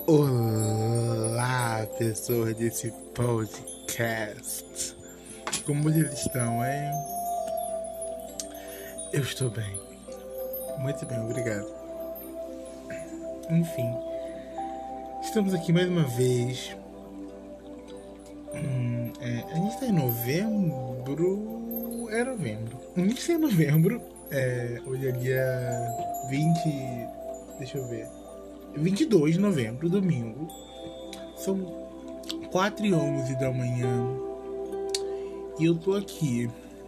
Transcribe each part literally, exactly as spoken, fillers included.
Olá, pessoas desse podcast. Como vocês estão, hein? Eu estou bem. Muito bem, obrigado. Enfim, estamos aqui mais uma vez. Hum, é, a gente está em novembro. É novembro. A gente está em novembro. É, hoje é dia vinte. Deixa eu ver. vinte e dois de novembro, domingo. São quatro e onze da manhã. E eu tô aqui.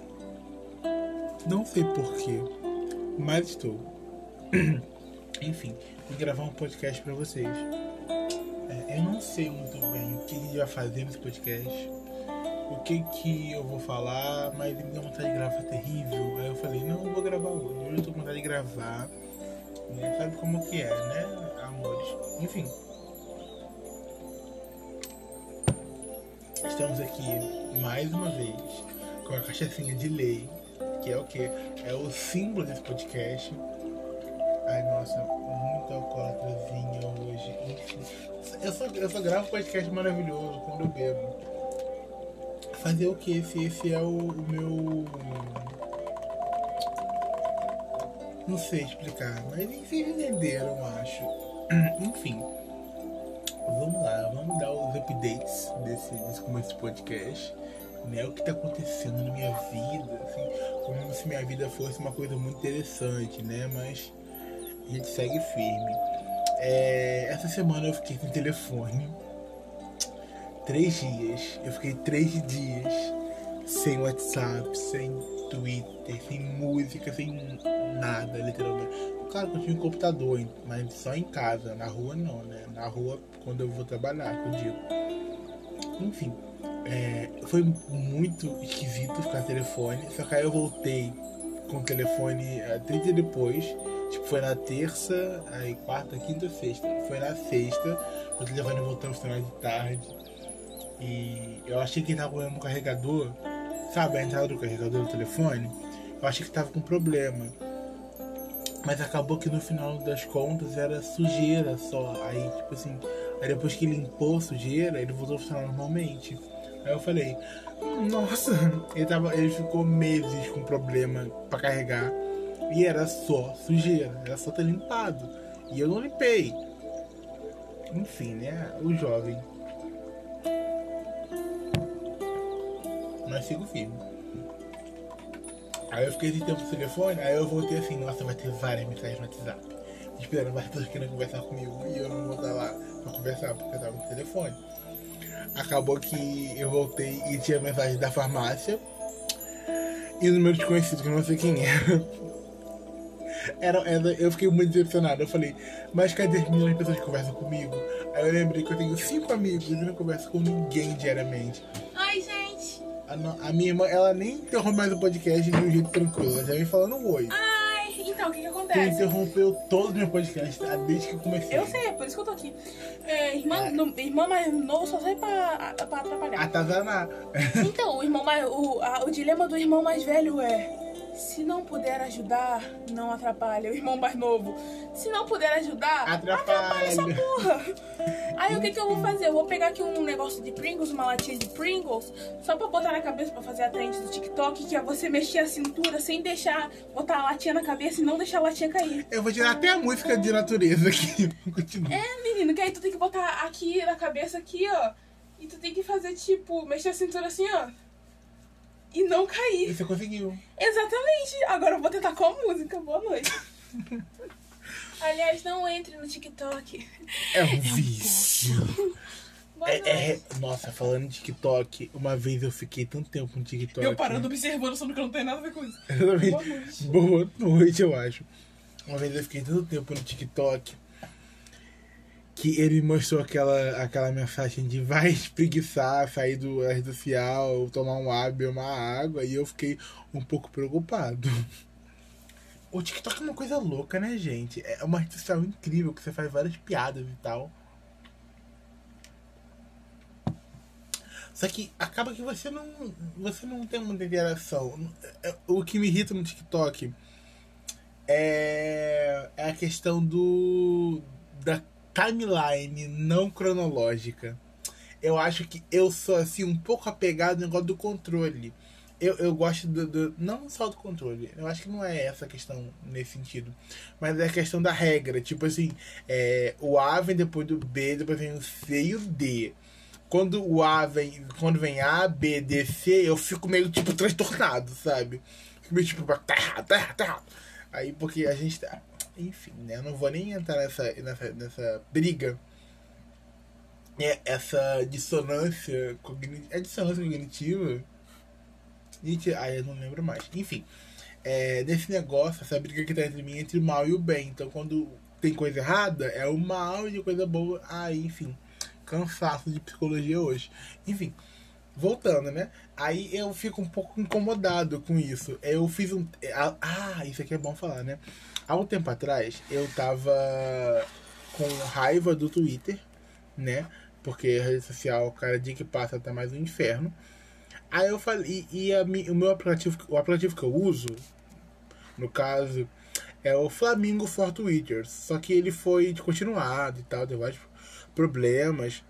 Não sei porquê, mas estou. Enfim, vou gravar um podcast pra vocês. É, eu não sei muito bem o que a gente vai fazer nesse podcast, o que que eu vou falar, mas me deu vontade de gravar terrível. Aí eu falei, não, eu vou gravar hoje. Hoje eu tô com vontade de gravar. Né? Sabe como que é, né, amores? Enfim. Estamos aqui mais uma vez com a cachaçinha de lei, que é o que? É o símbolo desse podcast. Ai, nossa, muito alcoólatrazinha hoje. Enfim, eu só, eu só gravo podcast maravilhoso quando eu bebo. Fazer o que? Esse, esse é o, o meu... Não sei explicar, mas vocês entenderam, eu acho. Enfim, vamos lá, vamos dar os updates desse, desse começo de podcast, né? O que tá acontecendo na minha vida, assim, como se minha vida fosse uma coisa muito interessante, né? Mas a gente segue firme. É, essa semana eu fiquei sem telefone. Três dias. Eu fiquei três dias sem WhatsApp, sem Twitter, sem música, sem nada, literalmente. Claro que eu tinha um computador, mas só em casa, na rua não, né? Na rua quando eu vou trabalhar, que eu digo. Enfim, é, foi muito esquisito ficar no telefone, só que aí eu voltei com o telefone é, três dias depois, tipo, foi na terça, aí quarta, quinta, sexta. Foi na sexta, o telefone voltou a funcionar de tarde, e eu achei que ele tava com um carregador. Sabe, a entrada do carregador do telefone, eu achei que tava com problema. Mas acabou que no final das contas era sujeira só. Aí, tipo assim, aí depois que limpou a sujeira, ele voltou a funcionar normalmente. Aí eu falei, nossa, ele, tava, ele ficou meses com problema pra carregar. E era só sujeira, era só ter limpado. E eu não limpei. Enfim, né, o jovem. Mas sigo firme. Aí eu fiquei esse tempo no telefone, aí eu voltei assim, nossa, vai ter várias mensagens no WhatsApp. Esperando várias pessoas querendo conversar comigo e eu não vou estar lá pra conversar porque eu tava no telefone. Acabou que eu voltei e tinha mensagem da farmácia e o número desconhecido, que eu não sei quem era. Era, era. Eu fiquei muito decepcionado. Eu falei, mas cadê as milhões de pessoas que conversam comigo? Aí eu lembrei que eu tenho cinco amigos e não converso com ninguém diariamente. Oi, gente! A, a minha irmã, ela nem interrompe mais o podcast de um jeito tranquilo. Ela já vem falando oi. Ai, então, o que que Tu acontece? interrompeu todo o meu podcast desde que eu comecei. Eu sei, é por isso que eu tô aqui. É, irmã, no- irmã mais novo só sai pra, pra atrapalhar. Atazanar. Então, o irmão mais, o, a- o dilema do irmão mais velho é: se não puder ajudar, não atrapalha. O irmão mais novo, se não puder ajudar, Atrapalha. essa porra. Aí o que que eu vou fazer? Eu vou pegar aqui um negócio de Pringles, uma latinha de Pringles, só pra botar na cabeça pra fazer a trend do TikTok, que é você mexer a cintura sem deixar, botar a latinha na cabeça e não deixar a latinha cair. Eu vou tirar até a música de natureza aqui. Continua. É, menino, que aí tu tem que botar aqui na cabeça, aqui, ó. E tu tem que fazer, tipo, mexer a cintura assim, ó. E não cair. E você conseguiu. Exatamente. Agora eu vou tentar com a música. Boa noite. Aliás, não entre no TikTok. É um vício. Boa É, noite. é, nossa, falando de TikTok, uma vez eu fiquei tanto tempo no TikTok. Eu parando observando, só que eu não tenho nada a ver com isso. Exatamente. Boa noite. Boa noite, eu acho. Uma vez eu fiquei tanto tempo no TikTok que ele mostrou aquela, aquela mensagem de vai espreguiçar, sair do da rede social, tomar um ar, beber uma água, e eu fiquei um pouco preocupado. O TikTok é uma coisa louca, né, gente? É uma rede social incrível, que você faz várias piadas e tal. Só que acaba que você não, você não tem muita interação. O que me irrita no TikTok é, é a questão do da timeline não cronológica. Eu acho que eu sou, assim, um pouco apegado no negócio do controle. Eu, eu gosto do, do... Não só do controle. Eu acho que não é essa a questão nesse sentido. Mas é a questão da regra. Tipo assim, é, o A vem depois do B, depois vem o C e o D. Quando o A vem... Quando vem A, B, D, C, eu fico meio, tipo, transtornado, sabe? Fico meio, tipo, tá errado, tá errado, tá errado. Aí, porque a gente tá... Enfim, né? Eu não vou nem entrar nessa, nessa, nessa briga. É, essa dissonância cognitiva... É dissonância cognitiva... Gente, ai, eu não lembro mais. Enfim, é, nesse negócio, essa briga que tá entre mim, entre o mal e o bem. Então, quando tem coisa errada, é o mal e coisa boa. Aí, enfim, cansaço de psicologia hoje. Enfim, voltando, né? Aí eu fico um pouco incomodado com isso. Eu fiz um... Ah, isso aqui é bom falar, né? Há um tempo atrás, eu tava com raiva do Twitter, né? Porque a rede social, cada dia que passa, tá mais um inferno. Aí eu falei, e, e a, o meu aplicativo, o aplicativo que eu uso, no caso, é o Flamingo for Twitters. Só que ele foi descontinuado e tal, deu vários problemas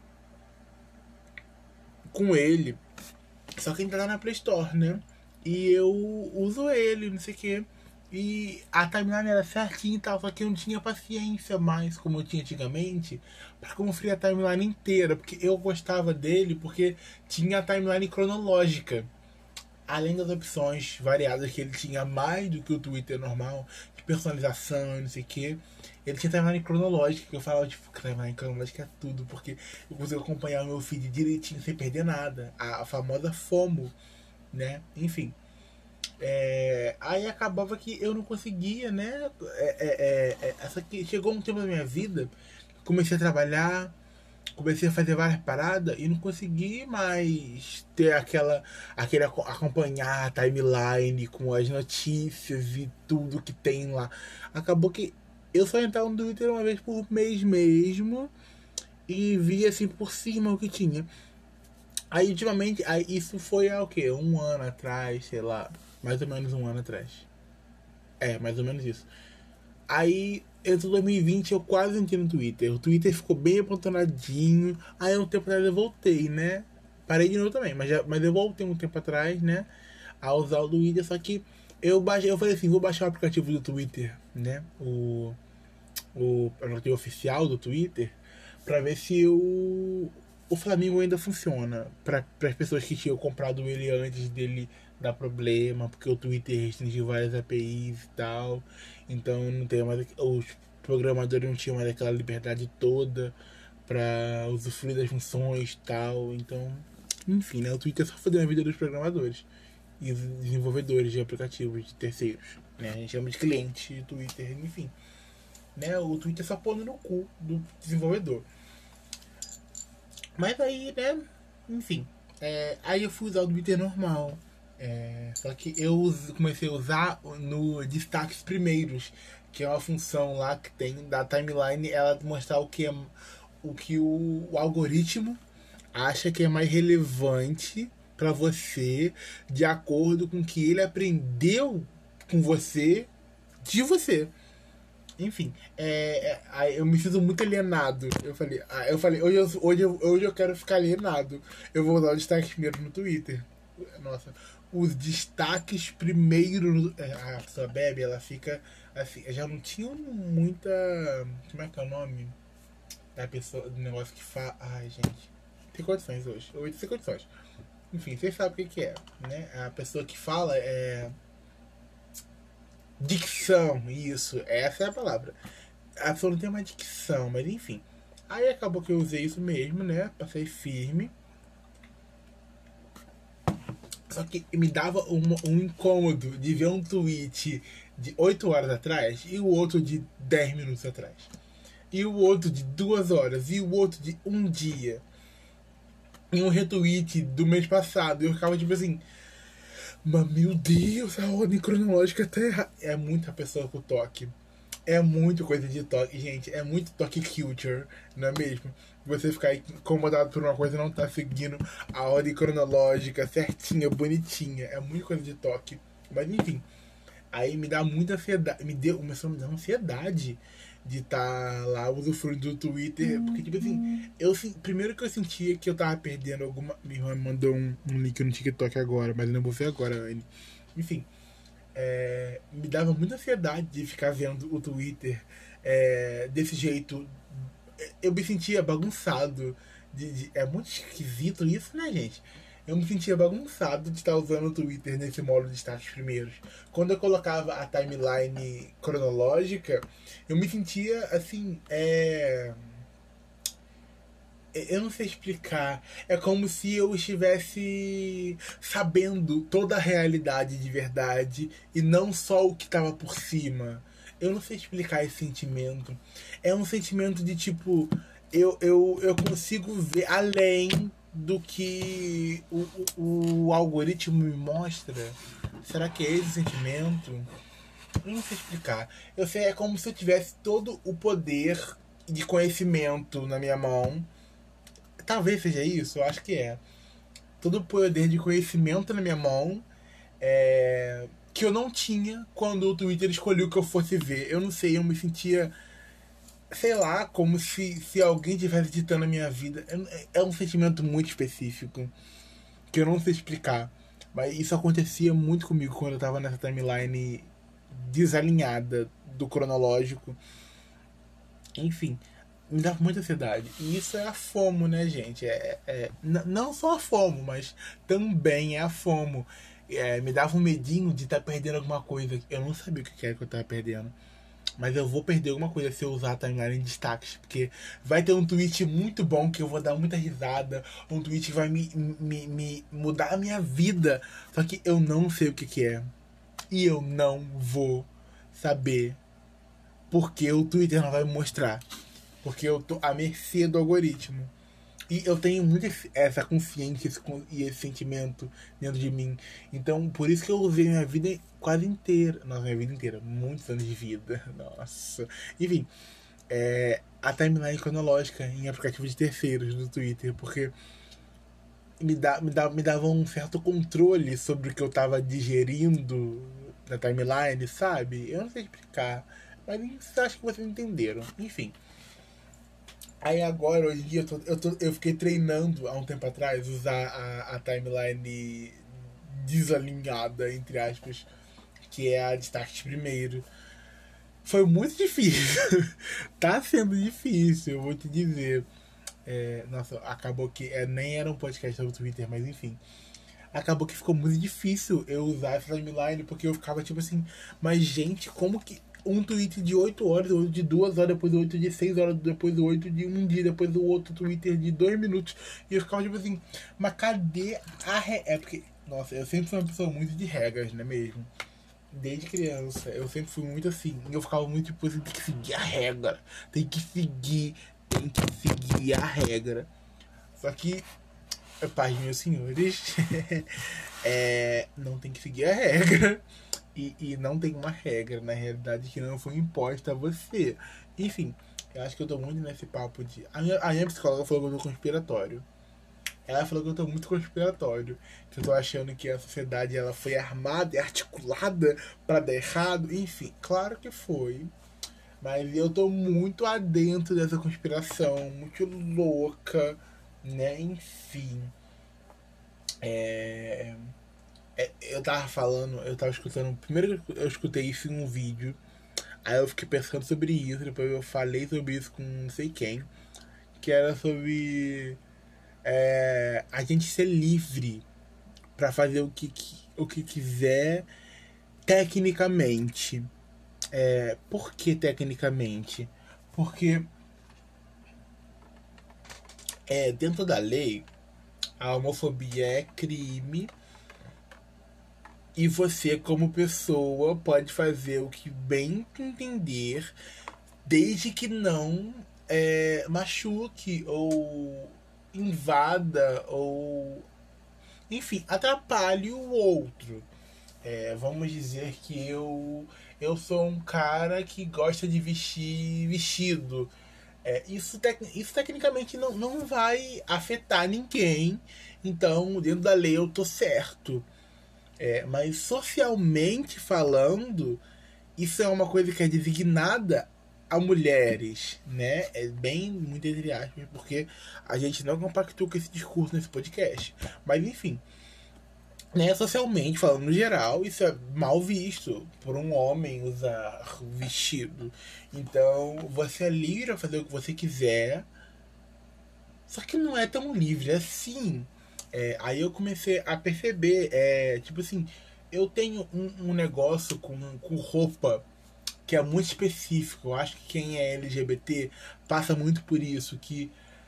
com ele. Só que ainda tá na Play Store, né? E eu uso ele, não sei o que. E a timeline era certinha e tal, só que eu não tinha paciência mais, como eu tinha antigamente, pra conferir a timeline inteira, porque eu gostava dele porque tinha a timeline cronológica. Além das opções variadas que ele tinha mais do que o Twitter normal, de personalização e não sei o que, ele tinha timeline cronológica, que eu falava, tipo, timeline cronológica é tudo, porque eu consigo acompanhar o meu feed direitinho, sem perder nada. A, a famosa FOMO, né? Enfim. É, aí acabava que eu não conseguia, né? É, é, é, essa aqui, chegou um tempo da minha vida, comecei a trabalhar, comecei a fazer várias paradas e não consegui mais ter aquela, aquele acompanhar a timeline com as notícias e tudo que tem lá. Acabou que eu só entrava no Twitter uma vez por mês mesmo e via assim por cima o que tinha. Aí ultimamente, aí, isso foi há o quê? Um ano atrás, sei lá. Mais ou menos um ano atrás. É, mais ou menos isso. Aí, entre dois mil e vinte, eu quase entrei no Twitter. O Twitter ficou bem apontanadinho. Aí, um tempo atrás, eu voltei, né? Parei de novo também, mas, já, mas eu voltei um tempo atrás, né? A usar o Twitter. Só que eu baixei, eu falei assim, vou baixar o aplicativo do Twitter, né? O, o aplicativo oficial do Twitter. Pra ver se o, o Flamingo ainda funciona. Para as pessoas que tinham comprado ele antes dele dar problema, porque o Twitter restringiu várias A P Is e tal, então não tem mais, os programadores não tinham mais aquela liberdade toda para usufruir das funções e tal, então, enfim, né, o Twitter só fodeu a vida dos programadores e os desenvolvedores de aplicativos de terceiros, né, a gente chama de cliente de Twitter, enfim, né, o Twitter só põe no cu do desenvolvedor. Mas aí, né, enfim, é, aí eu fui usar o Twitter normal. É, só que eu comecei a usar no destaques primeiros, que é uma função lá que tem da timeline, ela mostrar o que, é, o, que o, o algoritmo acha que é mais relevante para você, de acordo com o que ele aprendeu com você, de você. Enfim, é, é, eu me sinto muito alienado. Eu falei, eu falei hoje, eu, hoje, eu, hoje eu quero ficar alienado. Eu vou usar o destaque primeiro no Twitter. Nossa, os destaques primeiro. A pessoa bebe, ela fica assim. Já não tinha muita. Como é que é o nome? Da pessoa, do negócio que fala. Ai, gente. Tem condições hoje. Hoje tem condições. Enfim, vocês sabem o que, que é, né? A pessoa que fala é. Dicção, isso, essa é a palavra. A pessoa não tem uma dicção, mas enfim. Aí acabou que eu usei isso mesmo, né? Passei firme. Só que me dava um, um incômodo de ver um tweet de oito horas atrás e o outro de dez minutos atrás. E o outro de duas horas e o outro de um dia. E um retweet do mês passado. E eu ficava tipo assim... Mas meu Deus, a ordem cronológica tá errada. É muita pessoa com toque. É muito coisa de toque, gente. É muito toque culture, não é mesmo? Você ficar incomodado por uma coisa e não tá seguindo a ordem cronológica certinha, bonitinha. É muita coisa de toque. Mas enfim. Aí me dá muita ansiedade. Me deu, começou a me dar ansiedade de estar lá usufruindo do Twitter, porque, tipo assim, eu, primeiro que eu sentia que eu tava perdendo alguma... Minha irmã mandou um, um link no TikTok agora, mas eu não vou ver agora, enfim, é, me dava muita ansiedade de ficar vendo o Twitter é, desse jeito. Eu me sentia bagunçado, de, de, é muito esquisito isso, né, gente? Eu me sentia bagunçado de estar usando o Twitter nesse modo de destaques primeiros. Quando eu colocava a timeline cronológica, eu me sentia, assim, é... Eu não sei explicar. É como se eu estivesse sabendo toda a realidade de verdade e não só o que estava por cima. Eu não sei explicar esse sentimento. É um sentimento de, tipo... Eu, eu, eu consigo ver além do que o, o, o algoritmo me mostra. Será que é esse o sentimento? Eu não sei explicar. Eu sei, é como se eu tivesse todo o poder de conhecimento na minha mão. Talvez seja isso, eu acho que é. Todo o poder de conhecimento na minha mão é, que eu não tinha quando o Twitter escolheu que eu fosse ver. Eu não sei, eu me sentia... Sei lá, como se, se alguém estivesse ditando a minha vida. É um sentimento muito específico que eu não sei explicar. Mas isso acontecia muito comigo quando eu tava nessa timeline desalinhada do cronológico. Enfim, me dava muita ansiedade. E isso é a FOMO, né, gente? É, é, não só a FOMO, mas também é a FOMO. É, me dava um medinho de estar tá perdendo alguma coisa. Eu não sabia o que era que eu tava perdendo. Mas eu vou perder alguma coisa se eu usar a timeline em destaques. Porque vai ter um tweet muito bom que eu vou dar muita risada. Um tweet que vai me, me, me mudar a minha vida. Só que eu não sei o que, que é. E eu não vou saber. Porque o Twitter não vai me mostrar. Porque eu tô à mercê do algoritmo. E eu tenho muito essa consciência e esse sentimento dentro de mim. Então, por isso que eu usei minha vida quase inteira. Nossa, minha vida inteira. Muitos anos de vida. Nossa. Enfim, é, a timeline cronológica em aplicativos de terceiros do Twitter. Porque me, dá, me, dá, me dava um certo controle sobre o que eu tava digerindo na timeline, sabe? Eu não sei explicar. Mas acho que vocês entenderam. Enfim. Aí agora, hoje em dia, eu, tô, eu, tô, eu fiquei treinando há um tempo atrás usar a, a timeline desalinhada, entre aspas, que é a destaque primeiro. Foi muito difícil. Tá sendo difícil, eu vou te dizer. É, nossa, acabou que é, nem era um podcast sobre o Twitter, mas enfim. Acabou que ficou muito difícil eu usar essa timeline, porque eu ficava tipo assim, mas gente, como que... Um tweet de oito horas, outro de duas horas, depois o outro de seis horas, depois o outro de um dia, depois o outro Twitter de dois minutos. E eu ficava tipo assim, mas cadê a regra? É porque, nossa, eu sempre fui uma pessoa muito de regras, não é mesmo? Desde criança, eu sempre fui muito assim. E eu ficava muito tipo assim, tem que seguir a regra. Tem que seguir, tem que seguir a regra. Só que, pais meus senhores, é, não tem que seguir a regra. E, e não tem uma regra, na realidade, que não foi imposta a você. Enfim, eu acho que eu tô muito nesse papo de... A minha, a minha psicóloga falou que eu tô conspiratório. Ela falou que eu tô muito conspiratório. Que eu tô achando que a sociedade ela foi armada e articulada pra dar errado. Enfim, claro que foi. Mas eu tô muito adentro dessa conspiração. Muito louca, né? Enfim. É... Eu tava falando, eu tava escutando. Primeiro eu escutei isso em um vídeo. Aí eu fiquei pensando sobre isso. Depois eu falei sobre isso com não sei quem. Que era sobre é, a gente ser livre pra fazer o que, o que quiser tecnicamente. É, por que tecnicamente? Porque é, dentro da lei a homofobia é crime. E você, como pessoa, pode fazer o que bem entender, desde que não é, machuque ou invada ou, enfim, atrapalhe o outro. É, vamos dizer que eu, eu sou um cara que gosta de vestir vestido. É, isso, tec, isso tecnicamente não, não vai afetar ninguém. Então, dentro da lei, eu tô certo. É, mas socialmente falando, isso é uma coisa que é designada a mulheres, né? É bem, muito entre aspas, porque a gente não compactua com esse discurso nesse podcast. Mas, enfim, né, socialmente falando no geral, isso é mal visto por um homem usar vestido. Então, você é livre a fazer o que você quiser, só que não é tão livre assim. É, aí eu comecei a perceber, é, tipo assim, eu tenho um, um negócio com, com roupa que é muito específico. Eu acho que quem é L G B T passa muito por isso, que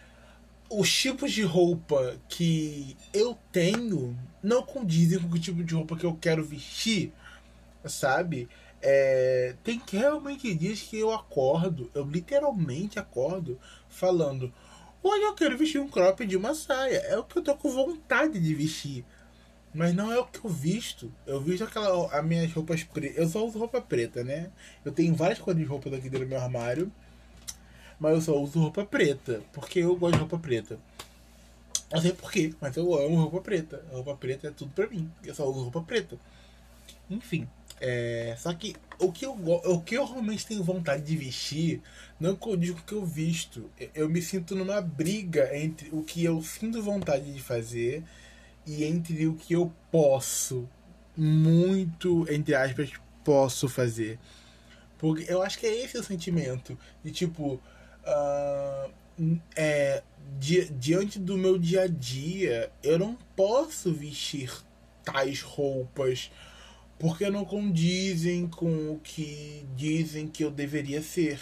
os tipos de roupa que eu tenho não condizem com o tipo de roupa que eu quero vestir, sabe? É, tem que realmente dias que eu acordo, eu literalmente acordo falando: hoje eu quero vestir um crop de uma saia. É o que eu tô com vontade de vestir. Mas não é o que eu visto. Eu visto aquela, as minhas roupas pretas. Eu só uso roupa preta, né? Eu tenho várias cores de roupa aqui dentro do meu armário. Mas eu só uso roupa preta. Porque eu gosto de roupa preta. Não sei porquê, mas eu amo roupa preta. A roupa preta é tudo pra mim. Eu só uso roupa preta. Enfim. É, só que o que, eu, o que eu realmente tenho vontade de vestir não condiz com o que eu visto. Eu me sinto numa briga entre o que eu sinto vontade de fazer e entre o que eu posso, muito, entre aspas, posso fazer. Porque eu acho que é esse o sentimento. De tipo, uh, é, di, diante do meu dia a dia, eu não posso vestir tais roupas porque não condizem com o que dizem que eu deveria ser.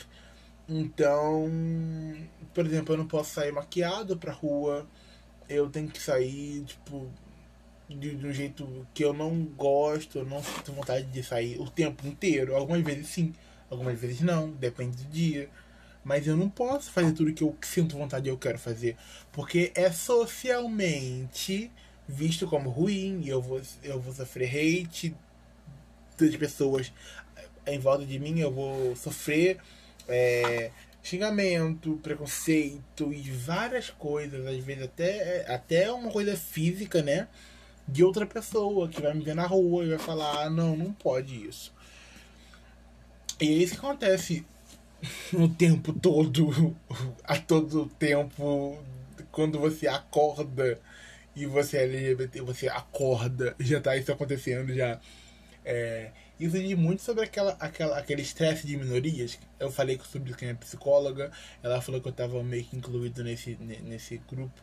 Então, por exemplo, eu não posso sair maquiado pra rua. Eu tenho que sair, tipo, de, de um jeito que eu não gosto, eu não sinto vontade de sair o tempo inteiro. Algumas vezes sim, algumas vezes não, depende do dia. Mas eu não posso fazer tudo que eu sinto vontade e eu quero fazer, porque é socialmente visto como ruim e eu vou, eu vou sofrer hate das pessoas em volta de mim, eu vou sofrer é, xingamento, preconceito e várias coisas, às vezes até, até uma coisa física, né? De outra pessoa que vai me ver na rua e vai falar: ah, não, não pode isso. E é isso que acontece o tempo todo, a todo tempo, quando você acorda e você é L G B T, você acorda, já tá isso acontecendo já. É, isso diz muito sobre aquela, aquela, aquele estresse de minorias. Eu falei sobre isso com a minha psicóloga, ela falou que eu estava meio que incluído nesse, nesse grupo,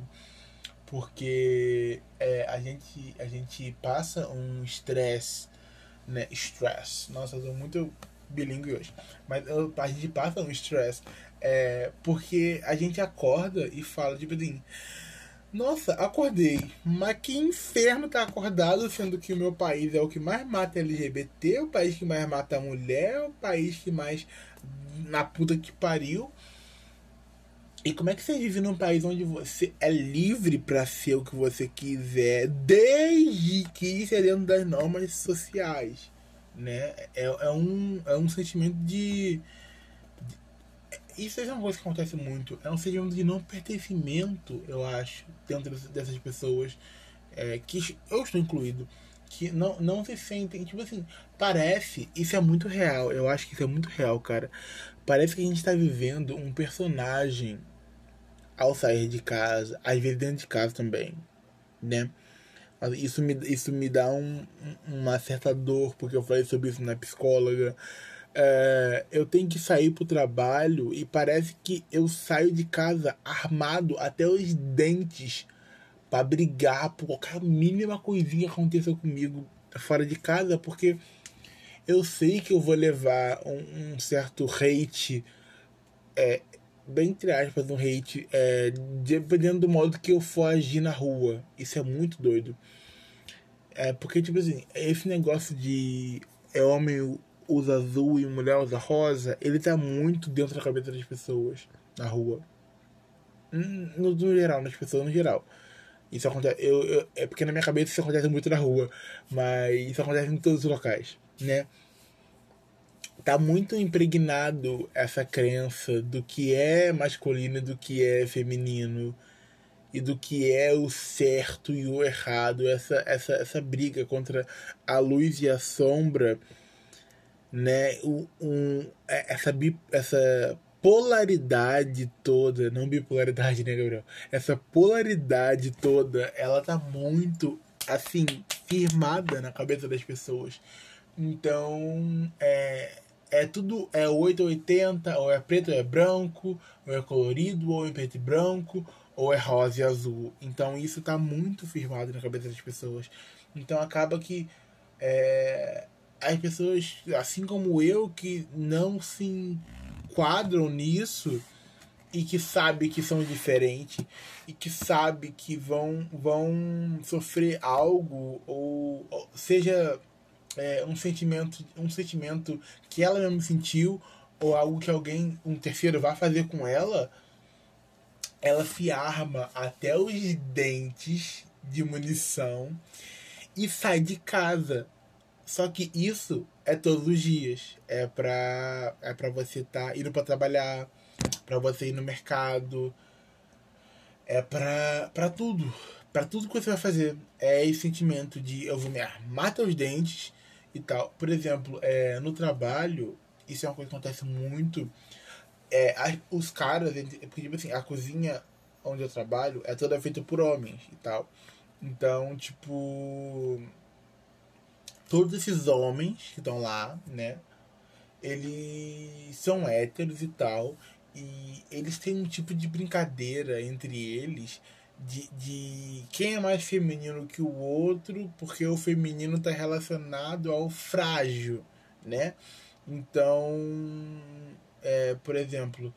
porque é, a, gente, a gente passa um estresse, né? Stress. Nossa, eu tô muito bilíngue hoje. Mas eu, a gente passa um estresse é, porque a gente acorda e fala, tipo assim: nossa, acordei, mas que inferno tá acordado, sendo que o meu país é o que mais mata L G B T, o país que mais mata a mulher, o país que mais na puta que pariu. E como é que você vive num país onde você é livre pra ser o que você quiser, desde que isso é dentro das normas sociais, né? É, é, um, é um sentimento de... Isso é uma coisa que acontece muito. É um sentimento de não pertencimento, eu acho, dentro dessas pessoas, é, que eu estou incluído, que não, não se sentem, tipo assim, parece, isso é muito real, eu acho que isso é muito real, cara. Parece que a gente está vivendo um personagem ao sair de casa, às vezes dentro de casa também, né? Isso me, isso me dá um, uma certa dor, porque eu falei sobre isso na psicóloga. É, eu tenho que sair pro trabalho e parece que eu saio de casa armado até os dentes para brigar por qualquer mínima coisinha que aconteça comigo fora de casa, porque eu sei que eu vou levar um, um certo hate, é, bem entre aspas, um hate, é, dependendo do modo que eu for agir na rua. Isso é muito doido. É porque, tipo assim, esse negócio de é homem usa azul e mulher usa rosa, ele tá muito dentro da cabeça das pessoas na rua. No, no geral, nas pessoas no geral. Isso acontece. Eu, eu, é porque na minha cabeça isso acontece muito na rua, mas isso acontece em todos os locais, né? Tá muito impregnado essa crença do que é masculino e do que é feminino, e do que é o certo e o errado, essa, essa, essa briga contra a luz e a sombra. né? Um, um, essa, bi, essa polaridade toda, não bipolaridade, né, Gabriel? Essa polaridade toda, ela tá muito, assim, firmada na cabeça das pessoas. Então, é, é tudo, é oito ou oitenta, ou é preto ou é branco, ou é colorido, ou é preto e branco, ou é rosa e azul. Então, isso tá muito firmado na cabeça das pessoas. Então, acaba que é, as pessoas, assim como eu, que não se enquadram nisso e que sabe que são diferentes e que sabe que vão, vão sofrer algo, ou, ou seja, é, um sentimento um sentimento que ela mesmo sentiu, ou algo que alguém, um terceiro, vai fazer com ela, ela se arma até os dentes de munição e sai de casa. Só que isso é todos os dias. É pra, é pra você estar tá indo pra trabalhar, pra você ir no mercado. É pra, pra tudo. Pra tudo que você vai fazer. É esse sentimento de eu vou me armar até os dentes e tal. Por exemplo, é, no trabalho, isso é uma coisa que acontece muito. É, as, os caras, porque tipo assim, a cozinha onde eu trabalho é toda feita por homens e tal. Então, tipo, todos esses homens que estão lá, né, eles são héteros e tal, e eles têm um tipo de brincadeira entre eles de, de quem é mais feminino que o outro, porque o feminino está relacionado ao frágil, né? Então, é, por exemplo,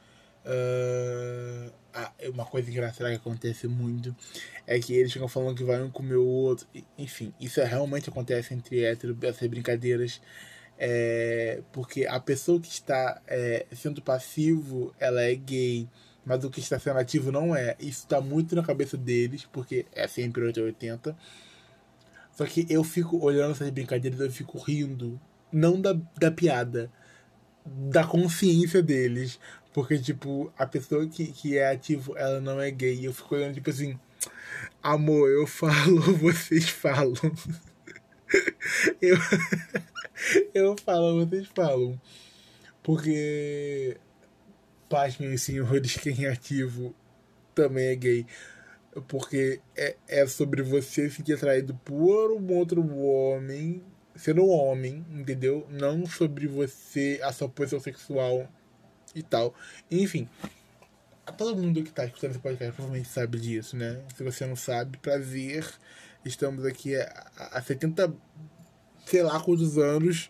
uh, uma coisa engraçada que acontece muito é que eles ficam falando que vai um comer o outro. Enfim, isso realmente acontece entre héteros, essas brincadeiras. É, porque a pessoa que está é, sendo passivo, ela é gay, mas o que está sendo ativo não é. Isso está muito na cabeça deles, porque é sempre oito ou oitenta. Só que eu fico olhando essas brincadeiras, eu fico rindo, não da, da piada, da consciência deles. Porque, tipo, a pessoa que, que é ativo, ela não é gay. Eu fico olhando, tipo assim, amor, eu falo, vocês falam. eu, eu falo, vocês falam. Porque, paz, meus senhores, quem é ativo também é gay. Porque é, é sobre você ficar atraído por um outro homem, sendo um homem, entendeu? Não sobre você, a sua posição sexual e tal. Enfim, todo mundo que tá escutando esse podcast provavelmente sabe disso, né? Se você não sabe, prazer. Estamos aqui há, há setenta, sei lá quantos anos,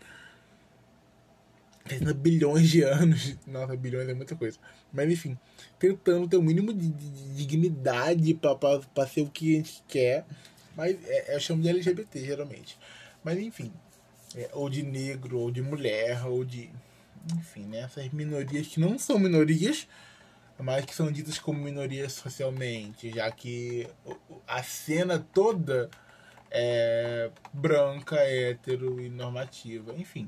setenta bilhões de anos. Nossa, bilhões é muita coisa. Mas enfim, tentando ter o um mínimo de, de, de dignidade pra, pra, pra ser o que a gente quer. Mas é, eu chamo de L G B T, geralmente. Mas enfim, é, ou de negro, ou de mulher, ou de... Enfim, né? Essas minorias que não são minorias, mas que são ditas como minorias socialmente, já que a cena toda é branca, hétero e normativa. Enfim,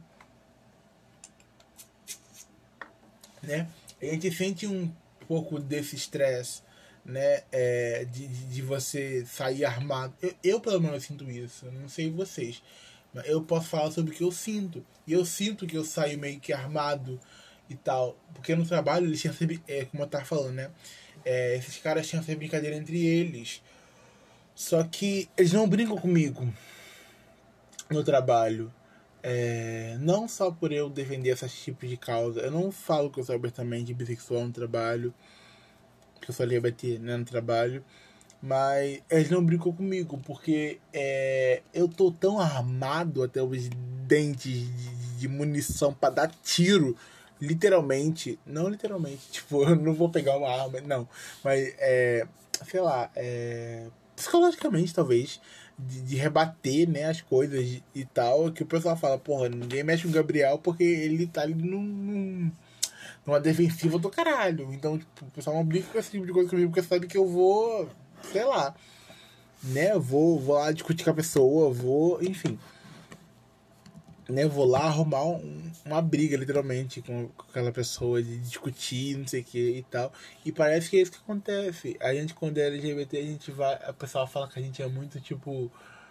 né? A gente sente um pouco desse estresse, né? É, de, de você sair armado. Eu, eu, pelo menos, sinto isso. Não sei vocês. Mas eu posso falar sobre o que eu sinto. E eu sinto que eu saio meio que armado e tal. Porque no trabalho eles tinham sempre... É, como eu tava falando, né? É, esses caras tinham sempre brincadeira entre eles. Só que eles não brincam comigo no trabalho. É, não só por eu defender esse tipo de causa. Eu não falo que eu sou abertamente bissexual no trabalho, que eu sou L G B T, né, no trabalho. Mas eles não brincam comigo, porque é, eu tô tão armado até os dentes de, de munição pra dar tiro, literalmente. Não literalmente, tipo, eu não vou pegar uma arma, não. Mas, é, sei lá, é, psicologicamente, talvez, de, de rebater, né, as coisas e tal, que o pessoal fala, porra, ninguém mexe com o Gabriel porque ele tá ali num... num numa defensiva do caralho. Então, tipo, o pessoal não brinca com esse tipo de coisa comigo, porque sabe que eu vou, sei lá, né, vou, vou lá discutir com a pessoa, vou, enfim, né, vou lá arrumar um, uma briga, literalmente, com, com aquela pessoa, de discutir, não sei o que e tal. E parece que é isso que acontece. A gente, quando é L G B T, a gente vai, a pessoa fala que a gente é muito, tipo,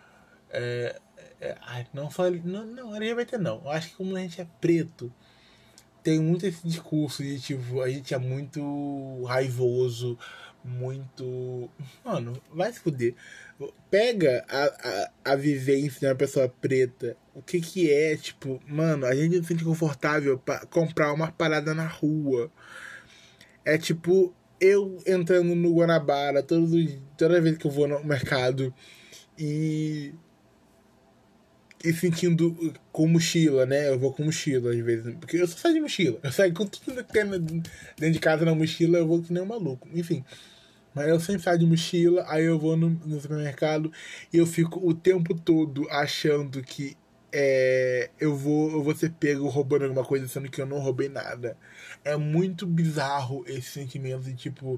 É, é, ai, não falei. Não, não, L G B T não. Eu acho que como a gente é preto, tem muito esse discurso de tipo, a gente é muito raivoso, muito. Mano, vai se fuder. Pega a, a, a vivência de uma pessoa preta. O que que é, tipo, mano, a gente não se sente confortável pra comprar uma parada na rua. É tipo, eu entrando no Guanabara todos os, toda vez que eu vou no mercado e e sentindo com mochila, né? Eu vou com mochila às vezes. Porque eu só saio de mochila. Eu saio com tudo que tem dentro de casa na mochila, eu vou que nem um maluco. Enfim. Mas eu sempre saio de mochila, aí eu vou no, no supermercado e eu fico o tempo todo achando que é, eu, vou, eu vou ser pego roubando alguma coisa, sendo que eu não roubei nada. É muito bizarro esse sentimento de tipo.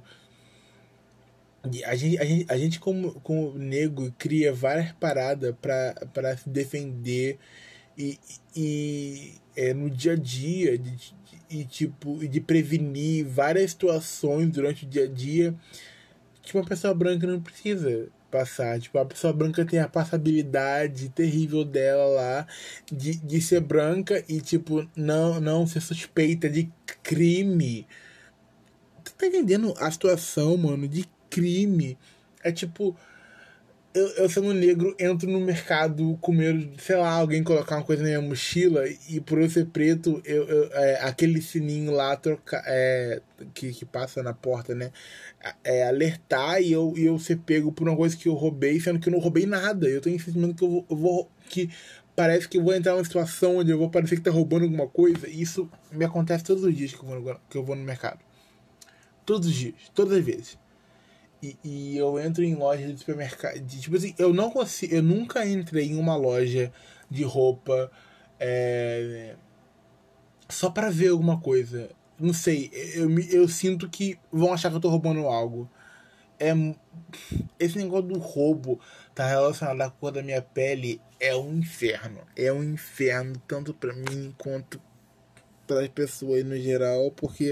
A gente, a gente, a gente como, como negro, cria várias paradas pra, pra se defender e, e é, no dia a dia de, de, e tipo de prevenir várias situações durante o dia a dia que uma pessoa branca não precisa passar. Tipo, a pessoa branca tem a passabilidade terrível dela lá de, de ser branca e tipo não, não ser suspeita de crime. Tu tá entendendo a situação, mano, de crime? É tipo, eu, eu sendo negro, entro no mercado com medo de, sei lá, alguém colocar uma coisa na minha mochila e por eu ser preto, eu, eu, é, aquele sininho lá troca, é, que, que passa na porta, né? É, alertar e eu, e eu ser pego por uma coisa que eu roubei, sendo que eu não roubei nada. Eu tenho sentimento que eu vou, eu vou que parece que eu vou entrar numa situação onde eu vou parecer que tá roubando alguma coisa. E isso me acontece todos os dias que eu vou no, que eu vou no mercado. Todos os dias, todas as vezes. E, e eu entro em lojas de supermercado. De, tipo assim, eu não consigo. Eu nunca entrei em uma loja de roupa é, só pra ver alguma coisa. Não sei, eu, eu, eu sinto que vão achar que eu tô roubando algo. É, esse negócio do roubo tá relacionado à cor da minha pele. É um inferno. É um inferno, tanto pra mim quanto para as pessoas no geral, porque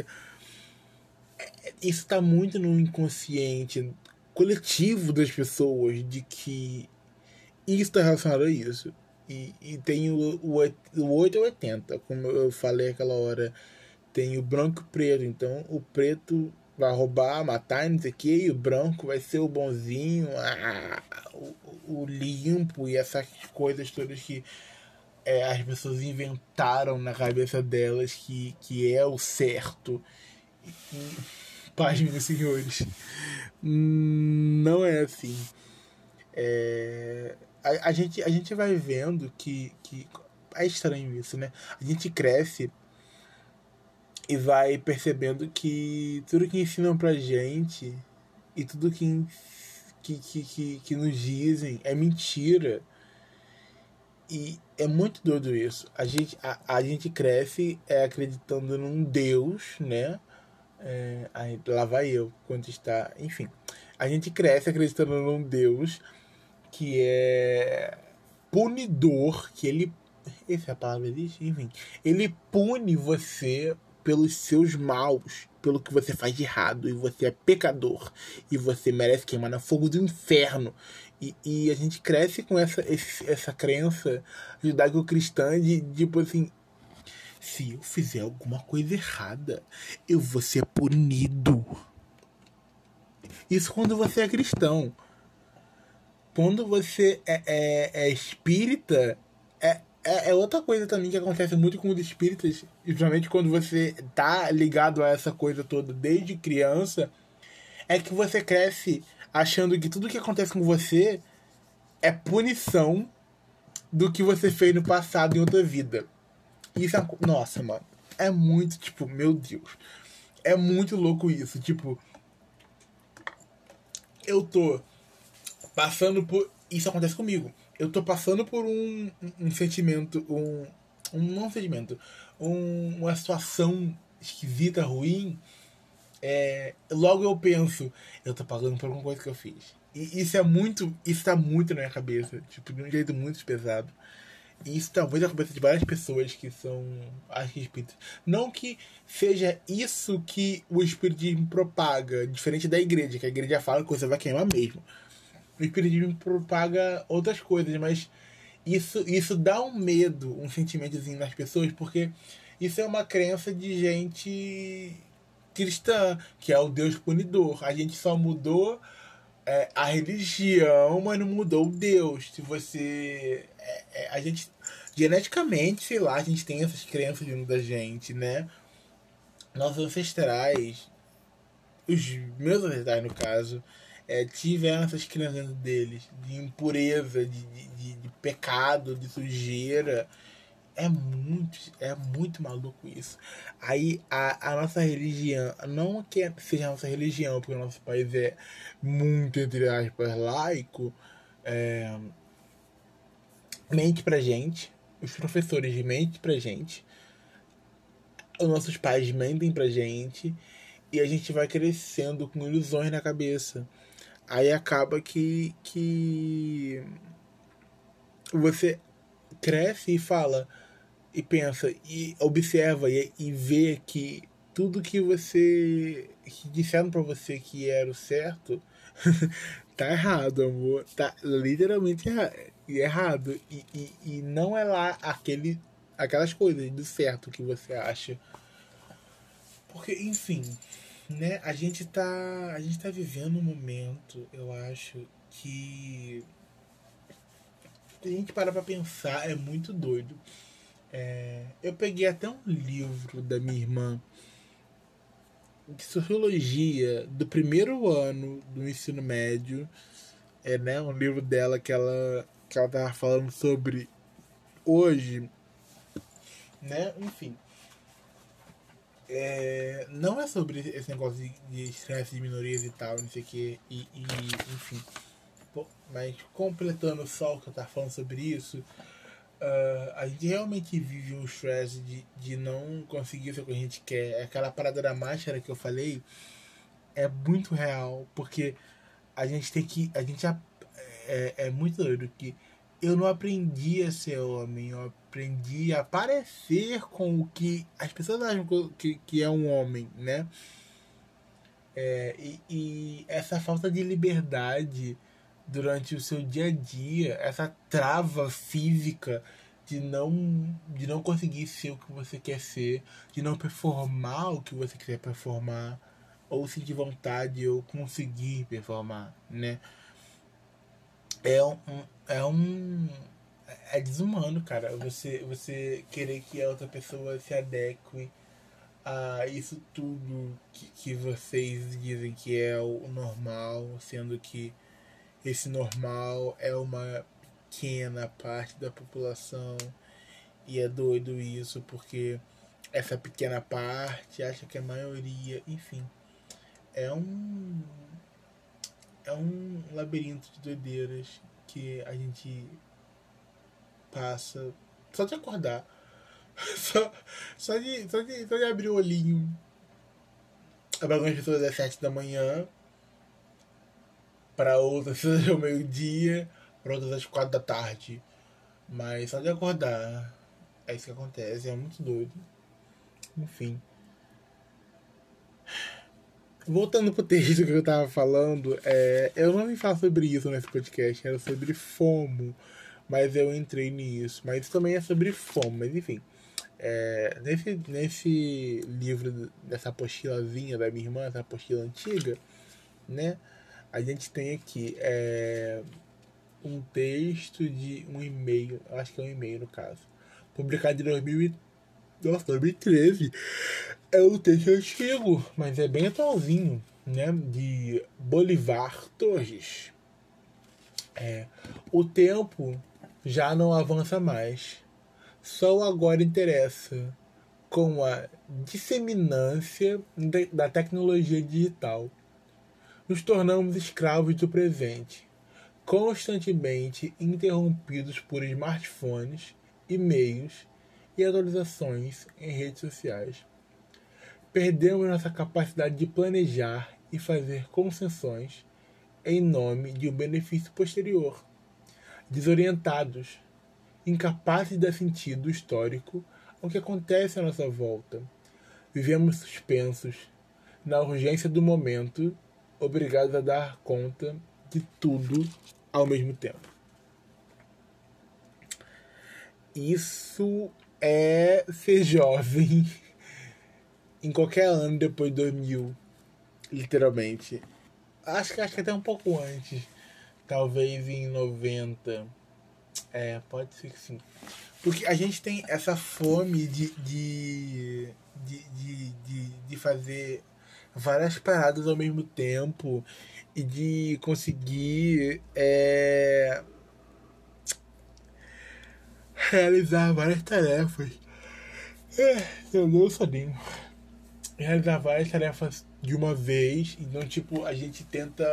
isso está muito no inconsciente coletivo das pessoas de que isso está relacionado a isso. E, e tem o, o, o oito ou oitenta, como eu falei aquela hora. Tem o branco e o preto. Então o preto vai roubar, matar, não sei o que, e o branco vai ser o bonzinho, ah, o, o limpo e essas coisas todas que é, as pessoas inventaram na cabeça delas que, que é o certo. E, paz, meus senhores, não é assim. É, a, a, gente, a gente vai vendo que, que é estranho isso, né? A gente cresce e vai percebendo que tudo que ensinam pra gente e tudo que, que, que, que, que nos dizem é mentira. E é muito doido isso. A gente, a, a gente cresce é, acreditando num Deus, né? É, aí, lá vai eu contestar. Enfim, a gente cresce acreditando num Deus que é punidor, que ele... Essa é a palavra existe? Enfim, ele pune você pelos seus maus, pelo que você faz de errado, e você é pecador, e você merece queimar no fogo do inferno. E, e a gente cresce com essa, esse, essa crença judaico-cristã de, tipo assim, se eu fizer alguma coisa errada, eu vou ser punido. Isso quando você é cristão. Quando você é, é, é espírita, é, é, é outra coisa também que acontece muito com os espíritas, principalmente quando você tá ligado a essa coisa toda desde criança, é que você cresce achando que tudo que acontece com você é punição do que você fez no passado em outra vida. Isso é... Nossa, mano. É muito, tipo, meu Deus. É muito louco isso. Tipo, eu tô passando por... Isso acontece comigo. Eu tô passando por um, um sentimento, um... um não um sentimento, um, uma situação esquisita, ruim. É, logo eu penso, eu tô pagando por alguma coisa que eu fiz. E isso é muito, isso tá muito na minha cabeça, tipo, de um jeito muito pesado. E isso tá muito na cabeça de várias pessoas que são, acho que espíritas. Não que seja isso que o espiritismo propaga, diferente da igreja, que a igreja fala que você vai queimar mesmo. o espiritismo propaga outras coisas, mas isso, isso dá um medo, um sentimentozinho nas pessoas, porque isso é uma crença de gente cristã, que é o Deus punidor. A gente só mudou é, a religião, mas não mudou o Deus. Se você... É, é, a gente, geneticamente, sei lá, a gente tem essas crenças dentro da gente, né? Nossos ancestrais, os meus ancestrais, no caso, é, tiveram essas crenças dentro deles, de impureza, de, de, de, de pecado, de sujeira. É muito, é muito maluco isso. Aí a, a nossa religião, não que seja a nossa religião, porque o nosso país é muito, entre aspas, laico, é, mente pra gente, os professores mentem pra gente, os nossos pais mentem pra gente, e a gente vai crescendo com ilusões na cabeça. Aí acaba que, que você cresce e fala, e pensa, e observa, e, e vê que tudo que você, que disseram pra você que era o certo, tá errado, amor. Tá literalmente erra errado. E, e, e não é lá aquele, aquelas coisas do certo que você acha. Porque, enfim, né, a gente tá, a gente tá vivendo um momento, eu acho, que se a gente parar pra pensar, é muito doido. É, eu peguei até um livro da minha irmã de sociologia do primeiro ano do ensino médio, é, né, um livro dela que ela que ela tava falando sobre hoje, né, enfim. É, não é sobre esse negócio de, de estresse de minorias e tal, não sei o que, e, e enfim. Pô, mas completando só o que eu tava falando sobre isso, uh, a gente realmente vive um estresse de, de não conseguir o que a gente quer. Aquela parada da máscara que eu falei é muito real, porque a gente tem que. A gente é, é muito doido que eu não aprendi a ser homem, eu aprendi a parecer com o que as pessoas acham que, que é um homem, né? É, e, e essa falta de liberdade durante o seu dia a dia, essa trava física de não, de não conseguir ser o que você quer ser, de não performar o que você quer performar, ou sentir vontade ou conseguir performar, né? É um, é um é desumano, cara. Você, você querer que a outra pessoa se adeque a isso tudo que, que vocês dizem que é o normal, sendo que esse normal é uma pequena parte da população. E é doido isso, porque essa pequena parte acha que a maioria, enfim, é um é um labirinto de doideiras que a gente passa só de acordar. Só, só, de, só, de, só de abrir o olhinho. Para algumas pessoas é sete da manhã, para outras é o meio-dia, para outras às quatro da tarde. Mas só de acordar é isso que acontece, é muito doido. Enfim. Voltando pro texto que eu tava falando, é, eu não vim falar sobre isso nesse podcast, era sobre FOMO, mas eu entrei nisso. Mas isso também é sobre FOMO, mas enfim. É, nesse, nesse livro, dessa apostilazinha da minha irmã, essa apostila antiga, né, a gente tem aqui é, um texto de um e-mail, acho que é um e-mail no caso, publicado em dois mil e, nossa, dois mil e treze. É um texto antigo, mas é bem atualzinho, né, de Bolivar Torres. É, o tempo já não avança mais. Só agora interessa com a disseminância da tecnologia digital. Nos tornamos escravos do presente, constantemente interrompidos por smartphones, e-mails e atualizações em redes sociais. Perdemos nossa capacidade de planejar e fazer concessões em nome de um benefício posterior. Desorientados, incapazes de dar sentido histórico ao que acontece à nossa volta. Vivemos suspensos, na urgência do momento, obrigados a dar conta de tudo ao mesmo tempo. Isso é ser jovem em qualquer ano depois de dois mil, literalmente. Acho que, acho que até um pouco antes. Talvez em noventa. É, pode ser que sim. Porque a gente tem essa fome de, de, de, de, de, de fazer várias paradas ao mesmo tempo e de conseguir é, realizar várias tarefas. É, eu não sozinho. Realizar várias tarefas de uma vez. Então, tipo, a gente tenta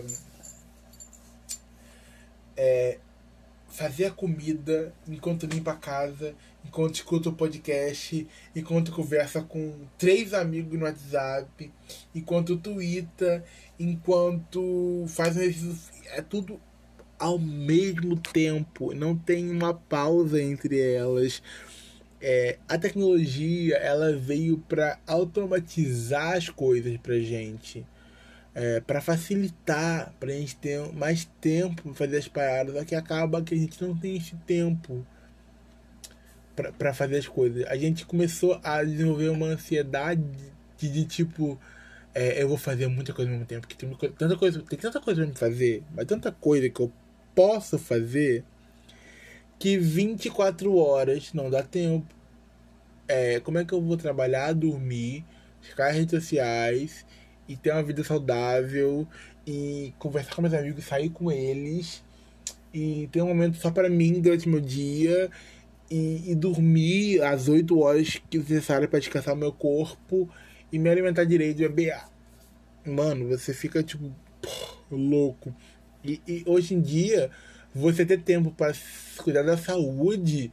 é, fazer a comida enquanto limpa a casa, enquanto escuta o podcast, enquanto conversa com três amigos no WhatsApp, enquanto twitta, enquanto faz um exercício. É tudo ao mesmo tempo. Não tem uma pausa entre elas. É, a tecnologia, ela veio para automatizar as coisas pra gente. É, para facilitar, pra gente ter mais tempo pra fazer as paradas, só que acaba que a gente não tem esse tempo pra, pra fazer as coisas. A gente começou a desenvolver uma ansiedade de, de tipo, é, eu vou fazer muita coisa ao mesmo tempo, porque tem tanta coisa, tem tanta coisa pra me fazer, mas tanta coisa que eu posso fazer, que vinte e quatro horas não dá tempo. É, como é que eu vou trabalhar, dormir, ficar em redes sociais e ter uma vida saudável e conversar com meus amigos, sair com eles e ter um momento só para mim durante o meu dia e, e dormir as oito horas que é necessário para descansar o meu corpo e me alimentar direito e beber. Mano, você fica tipo pô, louco. E, e hoje em dia você ter tempo para cuidar da saúde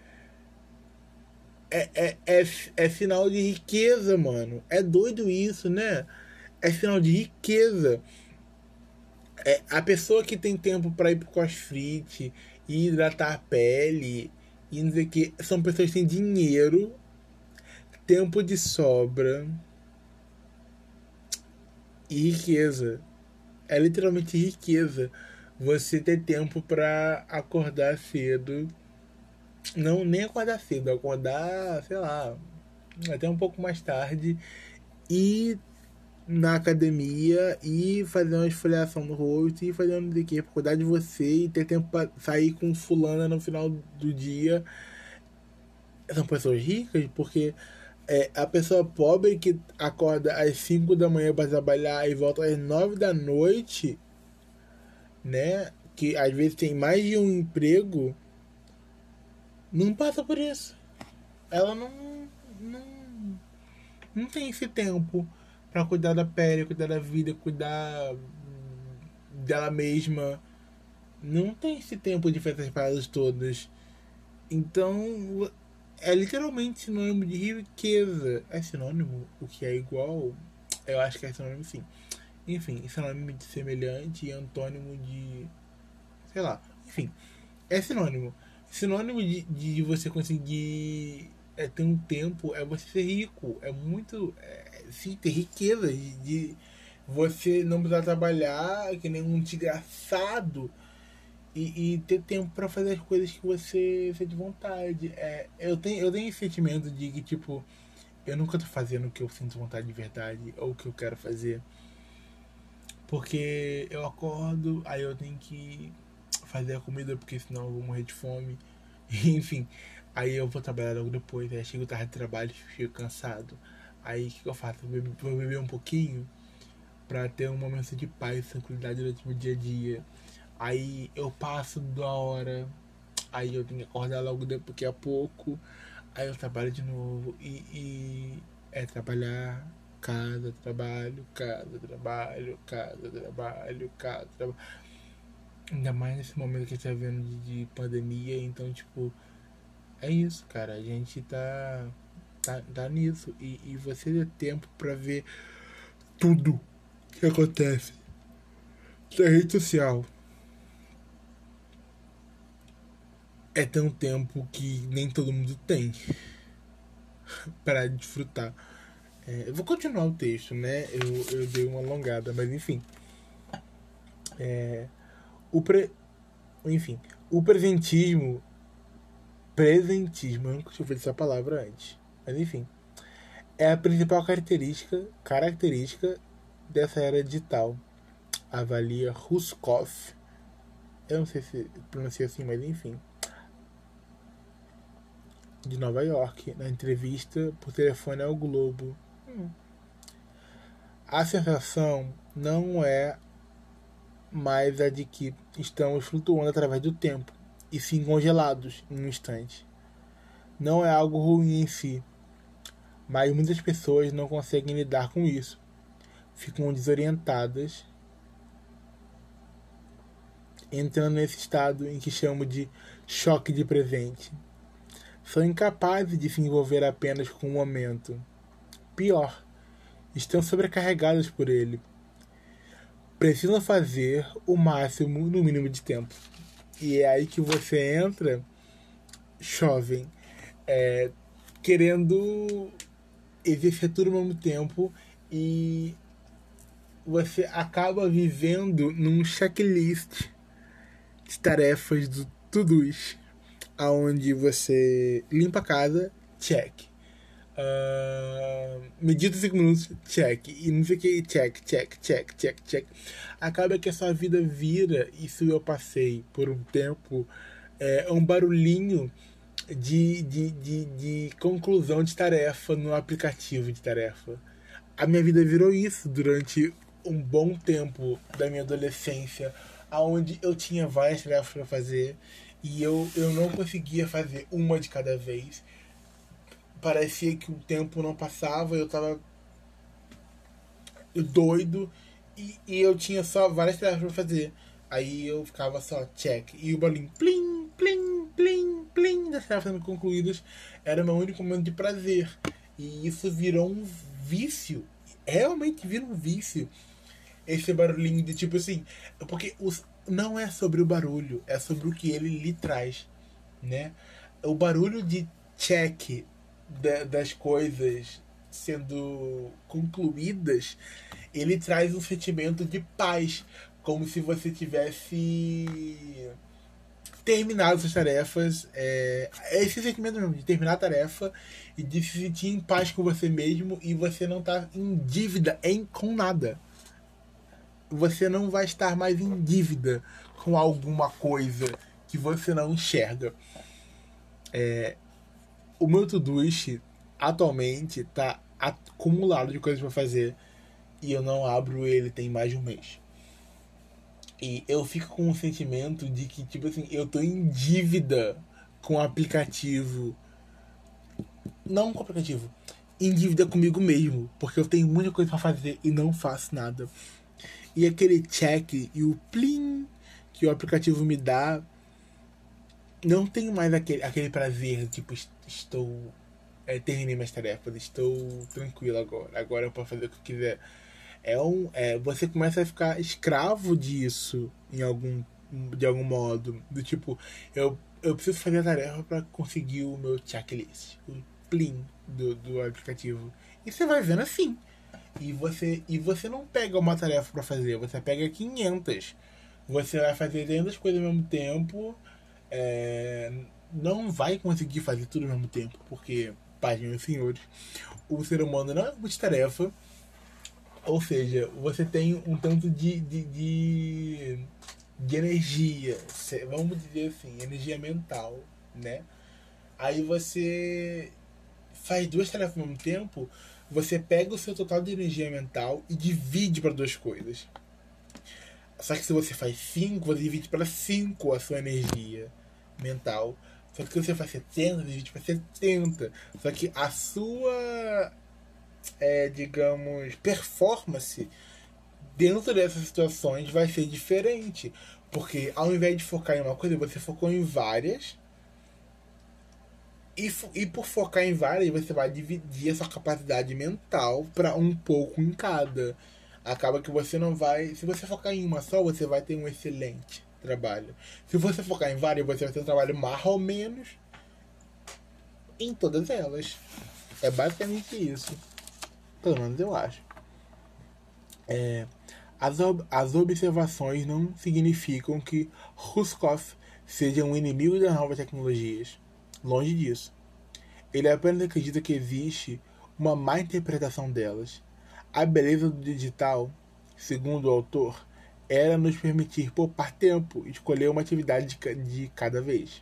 é, é, é, é sinal de riqueza, mano. É doido isso, né? É sinal de riqueza. É, a pessoa que tem tempo para ir pro crossfit e hidratar a pele e não sei o que, são pessoas que têm dinheiro, tempo de sobra e riqueza. É literalmente riqueza você ter tempo para acordar cedo. Não, nem acordar cedo, acordar, sei lá, até um pouco mais tarde e na academia e fazer uma esfoliação no rosto e fazer um que pra cuidar de você e ter tempo pra sair com fulana no final do dia. São pessoas ricas porque é, a pessoa pobre que acorda às cinco da manhã para trabalhar e volta às nove da noite, né? Que às vezes tem mais de um emprego, não passa por isso. Ela não, não, não tem esse tempo para cuidar da pele, cuidar da vida, cuidar dela mesma. Não tem esse tempo de fazer essas paradas todas. Então, é literalmente sinônimo de riqueza. É sinônimo? O que é igual? Eu acho que é sinônimo sim. Enfim, sinônimo de semelhante e antônimo de... sei lá. Enfim, é sinônimo. Sinônimo de, de você conseguir é, ter um tempo é você ser rico. É muito... É, sim, ter riqueza. De, de você não precisar trabalhar que nem um desgraçado. E, e ter tempo pra fazer as coisas que você sente vontade. É, eu, tenho, eu tenho esse sentimento de que, tipo, eu nunca tô fazendo o que eu sinto vontade de verdade ou o que eu quero fazer. Porque eu acordo, aí eu tenho que fazer a comida, porque senão eu vou morrer de fome. Enfim, aí eu vou trabalhar logo depois. Aí chego tarde de trabalho e fico cansado. Aí o que, que eu faço? Eu vou beber um pouquinho pra ter um momento de paz e tranquilidade durante o meu dia a dia. Aí eu passo da hora, aí eu tenho que acordar logo daqui a pouco, aí eu trabalho de novo e, e é trabalhar, casa, trabalho, casa, trabalho, casa, trabalho, casa, trabalho. Ainda mais nesse momento que a gente tá vendo de, de pandemia, então tipo, é isso, cara, a gente tá, tá, tá nisso e, e você ter tempo pra ver tudo que acontece na rede social. É ter um tempo que nem todo mundo tem para desfrutar. É, eu vou continuar o texto, né? Eu, eu dei uma alongada, mas enfim. É, o pre... Enfim, o presentismo... Presentismo, eu nunca tinha ouvido essa palavra antes. Mas enfim, é a principal característica, característica dessa era digital. Avalia Ruskov. Eu não sei se pronuncia assim, mas enfim. De Nova York, na entrevista por telefone ao Globo. Hum. A sensação não é mais a de que estamos flutuando através do tempo, e sim congelados em um instante. Não é algo ruim em si, mas muitas pessoas não conseguem lidar com isso. Ficam desorientadas, entrando nesse estado em que chamo de choque de presente. São incapazes de se envolver apenas com o momento. Pior, estão sobrecarregadas por ele. Precisam fazer o máximo no mínimo de tempo. E é aí que você entra, jovem, é, querendo exercer tudo ao mesmo tempo, e você acaba vivendo num checklist de tarefas do Todoist, aonde você limpa a casa, check. Uh, medita cinco minutos, check. E não sei o que, check, check, check, check, check. Acaba que a sua vida vira, isso eu passei por um tempo, é um barulhinho de, de, de, de conclusão de tarefa no aplicativo de tarefa. A minha vida virou isso durante um bom tempo da minha adolescência, onde eu tinha várias tarefas para fazer e eu, eu não conseguia fazer uma de cada vez. Parecia que o tempo não passava, eu tava doido e, e eu tinha só várias tarefas para fazer. Aí eu ficava só check. E o bolinho plim, plim, plim, plim das tarefas sendo concluídas era meu único momento de prazer. E isso virou um vício. Realmente vira um vício. Esse barulhinho de tipo assim. Porque os, não é sobre o barulho, é sobre o que ele lhe traz, né? O barulho de check da, das coisas sendo concluídas, ele traz um sentimento de paz, como se você tivesse terminado suas tarefas, é, esse sentimento mesmo de terminar a tarefa e de se sentir em paz com você mesmo, e você não tá em dívida em, com nada. Você não vai estar mais em dívida com alguma coisa que você não enxerga. É, o meu Todoist atualmente está acumulado de coisas para fazer e eu não abro ele tem mais de um mês. E eu fico com um sentimento de que, tipo assim, eu tô em dívida com o aplicativo. Não com o aplicativo, em dívida comigo mesmo, porque eu tenho muita coisa para fazer e não faço nada. E aquele check e o plim que o aplicativo me dá, não tenho mais aquele, aquele prazer, tipo, estou... É, terminei minhas tarefas, estou tranquilo agora, agora eu posso fazer o que eu quiser. É um, é, você começa a ficar escravo disso em algum, de algum modo. Do tipo, eu, eu preciso fazer a tarefa para conseguir o meu checklist, o plim do, do aplicativo. E você vai vendo assim. E você, e você não pega uma tarefa para fazer, você pega quinhentas. Você vai fazer quinhentas coisas ao mesmo tempo. É, não vai conseguir fazer tudo ao mesmo tempo, porque, páginas e senhores, o ser humano não é multitarefa. Ou seja, você tem um tanto de, de, de, de energia, vamos dizer assim, energia mental, né? Aí você faz duas tarefas ao mesmo tempo, você pega o seu total de energia mental e divide para duas coisas. Só que se você faz cinco, você divide para cinco a sua energia mental. Só que se você faz setenta, você divide para setenta. Só que a sua... É, digamos, performance dentro dessas situações vai ser diferente, porque ao invés de focar em uma coisa, você focou em várias, e, e por focar em várias, você vai dividir a sua capacidade mental para um pouco em cada. Acaba que você não vai, se você focar em uma só, você vai ter um excelente trabalho. Se você focar em várias, você vai ter um trabalho mais ou menos em todas elas. É basicamente isso. Pelo menos eu acho. É, As, ob- as observações não significam que Ruskov seja um inimigo das novas tecnologias. Longe disso. Ele apenas acredita que existe uma má interpretação delas. A beleza do digital, segundo o autor, era nos permitir poupar tempo e escolher uma atividade de, ca- de cada vez.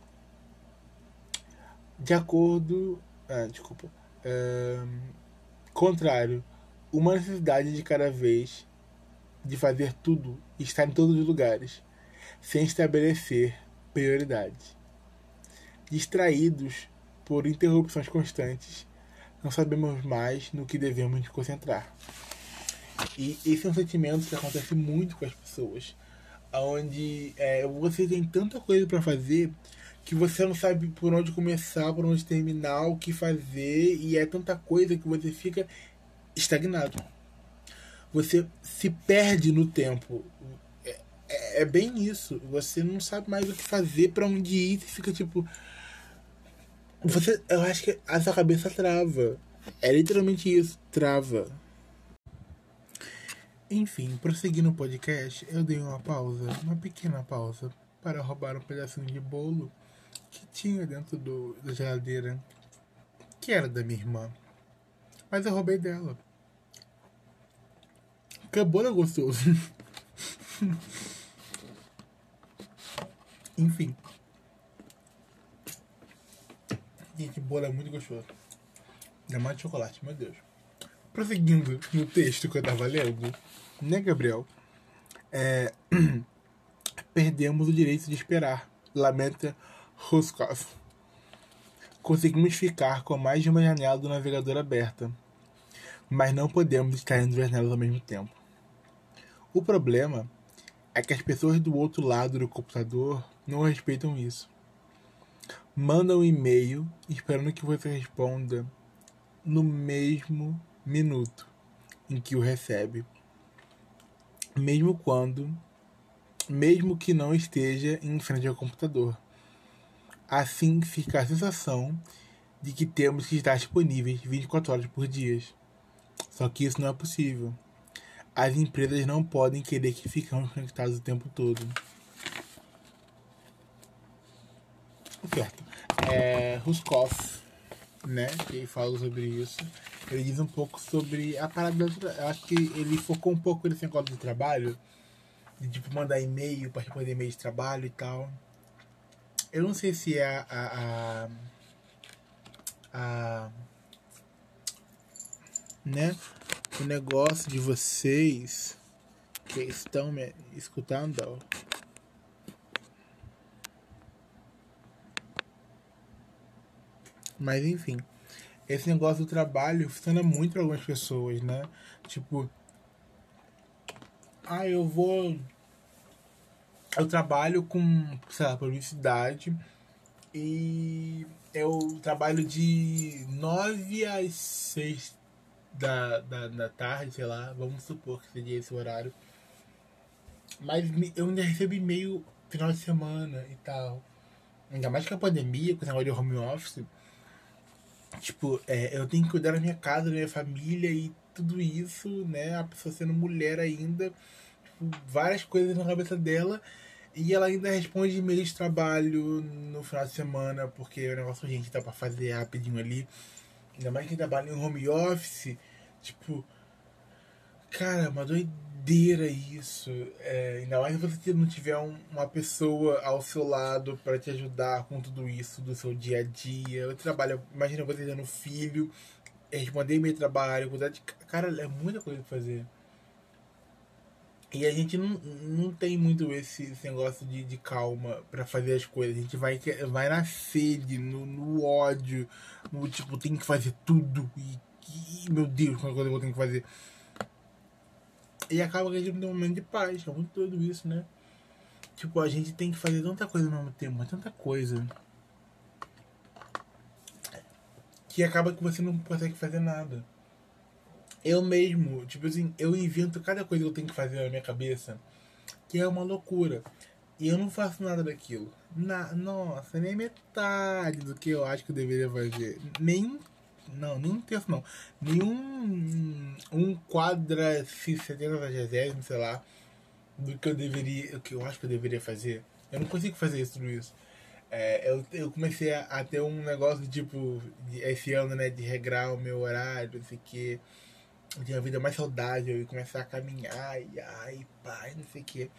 De acordo. Ah, desculpa. Ahn, contrário, uma necessidade de cada vez de fazer tudo e estar em todos os lugares, sem estabelecer prioridades. Distraídos por interrupções constantes, não sabemos mais no que devemos nos concentrar. E esse é um sentimento que acontece muito com as pessoas, onde é, você tem tanta coisa para fazer que você não sabe por onde começar, por onde terminar, o que fazer, e é tanta coisa que você fica estagnado. Você se perde no tempo. É, é, é bem isso. Você não sabe mais o que fazer, para onde ir, você fica tipo. Você, eu acho que a sua cabeça trava. É literalmente isso, trava. Enfim, prosseguindo o podcast, eu dei uma pausa, uma pequena pausa, para roubar um pedacinho de bolo que tinha dentro do, da geladeira, que era da minha irmã. Mas eu roubei dela. Porque bolo é gostoso. Enfim. Gente, bolo é muito gostoso. Ainda mais de chocolate, meu Deus. Prosseguindo no texto que eu tava lendo, né, Gabriel? É... Perdemos o direito de esperar, lamenta Ruskov. Conseguimos ficar com mais de uma janela do navegador aberta, mas não podemos estar em duas janelas ao mesmo tempo. O problema é que as pessoas do outro lado do computador não respeitam isso. Mandam um e-mail esperando que você responda no mesmo minuto em que o recebe, mesmo quando, mesmo que não esteja em frente ao computador. Assim fica a sensação de que temos que estar disponíveis vinte e quatro horas por dia. Só que isso não é possível. As empresas não podem querer que ficamos conectados o tempo todo. Certo. É, Ruskov, né, que fala sobre isso. Ele diz um pouco sobre a parada do tra- eu acho que ele focou um pouco nesse negócio de trabalho, de tipo mandar e-mail para responder e-mail de trabalho e tal. Eu não sei se é a, a, a, a né, o negócio de vocês que estão me escutando. Mas enfim, esse negócio do trabalho funciona muito para algumas pessoas, né? Tipo, ah, eu vou. Eu trabalho com, sei lá, publicidade e eu trabalho de nove às seis da, da, da tarde, sei lá, vamos supor que seja esse horário. Mas me- eu ainda recebo e-mail final de semana e tal. Ainda mais que a pandemia, com esse negócio de home office. Tipo, é, eu tenho que cuidar da minha casa, da minha família e tudo isso, né? A pessoa sendo mulher ainda, tipo, várias coisas na cabeça dela. E ela ainda responde e-mail de trabalho no final de semana, porque é um negócio urgente, dá pra fazer rapidinho ali. Ainda mais quem trabalha em home office, tipo, cara, uma doideira isso. É, ainda mais se você não tiver um- uma pessoa ao seu lado para te ajudar com tudo isso do seu dia a dia. Eu trabalho, imagina você tendo filho, responder meu trabalho, cuidar de. Cara, é muita coisa pra fazer. E a gente não, não tem muito esse, esse negócio de, de calma pra fazer as coisas. A gente vai, vai na sede, no, no ódio, no tipo, tem que fazer tudo. E, e meu Deus, quanta coisa eu vou ter que fazer. E acaba que a gente não tem um momento de paz. É muito tudo isso, né? Tipo, a gente tem que fazer tanta coisa ao mesmo tempo, mas tanta coisa. Que acaba que você não consegue fazer nada. Eu mesmo, tipo assim, eu invento cada coisa que eu tenho que fazer na minha cabeça, que é uma loucura. E eu não faço nada daquilo. Na, nossa, nem metade do que eu acho que eu deveria fazer. Nem um Não, nem um terço não. Nenhum um quadra setenta, sei lá, do que eu deveria. O que eu acho que eu deveria fazer. Eu não consigo fazer isso, tudo isso. É, eu, eu comecei a, a ter um negócio tipo de, esse ano, né, de regrar o meu horário, não sei o que, de uma vida mais saudável e começar a caminhar e ai, pai, não sei o que.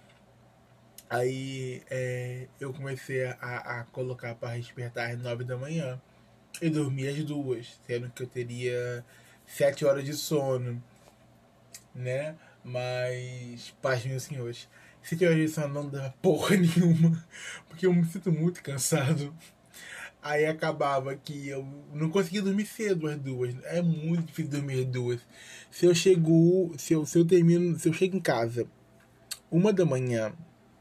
Aí é, eu comecei a, a colocar para despertar às nove da manhã e dormir às duas, sendo que eu teria sete horas de sono, né? Mas, paz, meus senhores, sete horas de sono não dá porra nenhuma, porque eu me sinto muito cansado. Aí acabava que eu não conseguia dormir cedo às duas. É muito difícil dormir às duas. Se eu chego, se eu, se eu termino, se eu chego em casa uma da manhã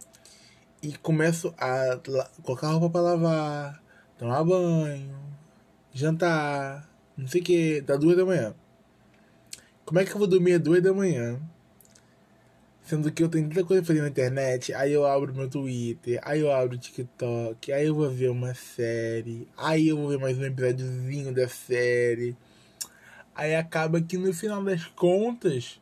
e começo a la- colocar roupa pra lavar, tomar banho, jantar, não sei o que, da duas da manhã. Como é que eu vou dormir às duas da manhã? Sendo que eu tenho tanta coisa pra fazer na internet, aí eu abro meu Twitter, aí eu abro o TikTok, aí eu vou ver uma série, aí eu vou ver mais um episódiozinho da série. Aí acaba que no final das contas,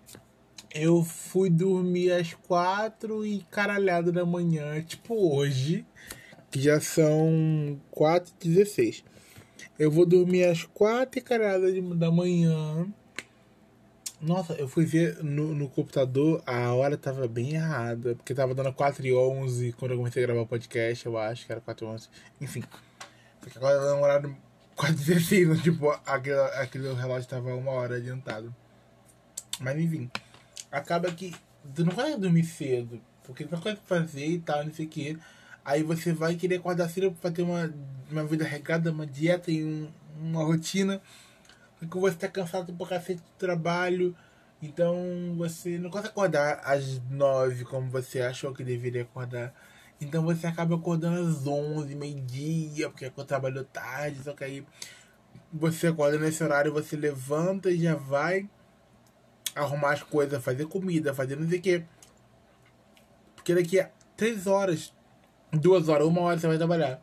eu fui dormir às quatro e caralhada da manhã, tipo hoje, que já são quatro e dezesseis. Eu vou dormir às quatro e caralhada de- da manhã. Nossa, eu fui ver no, no computador, a hora tava bem errada, porque tava dando quatro e onze quando eu comecei a gravar o podcast, eu acho que era quatro e onze. Enfim, porque agora tá dando um horário quatro e dezesseis, tipo, aquele, aquele relógio tava uma hora adiantado. Mas enfim, acaba que tu não vai dormir cedo, porque tem coisa pra fazer e tal, não sei o que. Aí você vai querer acordar cedo pra ter uma, uma vida regrada, uma dieta e um, uma rotina. Porque você tá cansado por cacete do trabalho. Então você não consegue acordar às nove como você achou que deveria acordar. Então você acaba acordando às onze, meio-dia, porque você trabalhou tarde. Só que aí você acorda nesse horário, você levanta e já vai arrumar as coisas, fazer comida, fazer não sei o que. Porque daqui a três horas, duas horas, uma hora você vai trabalhar.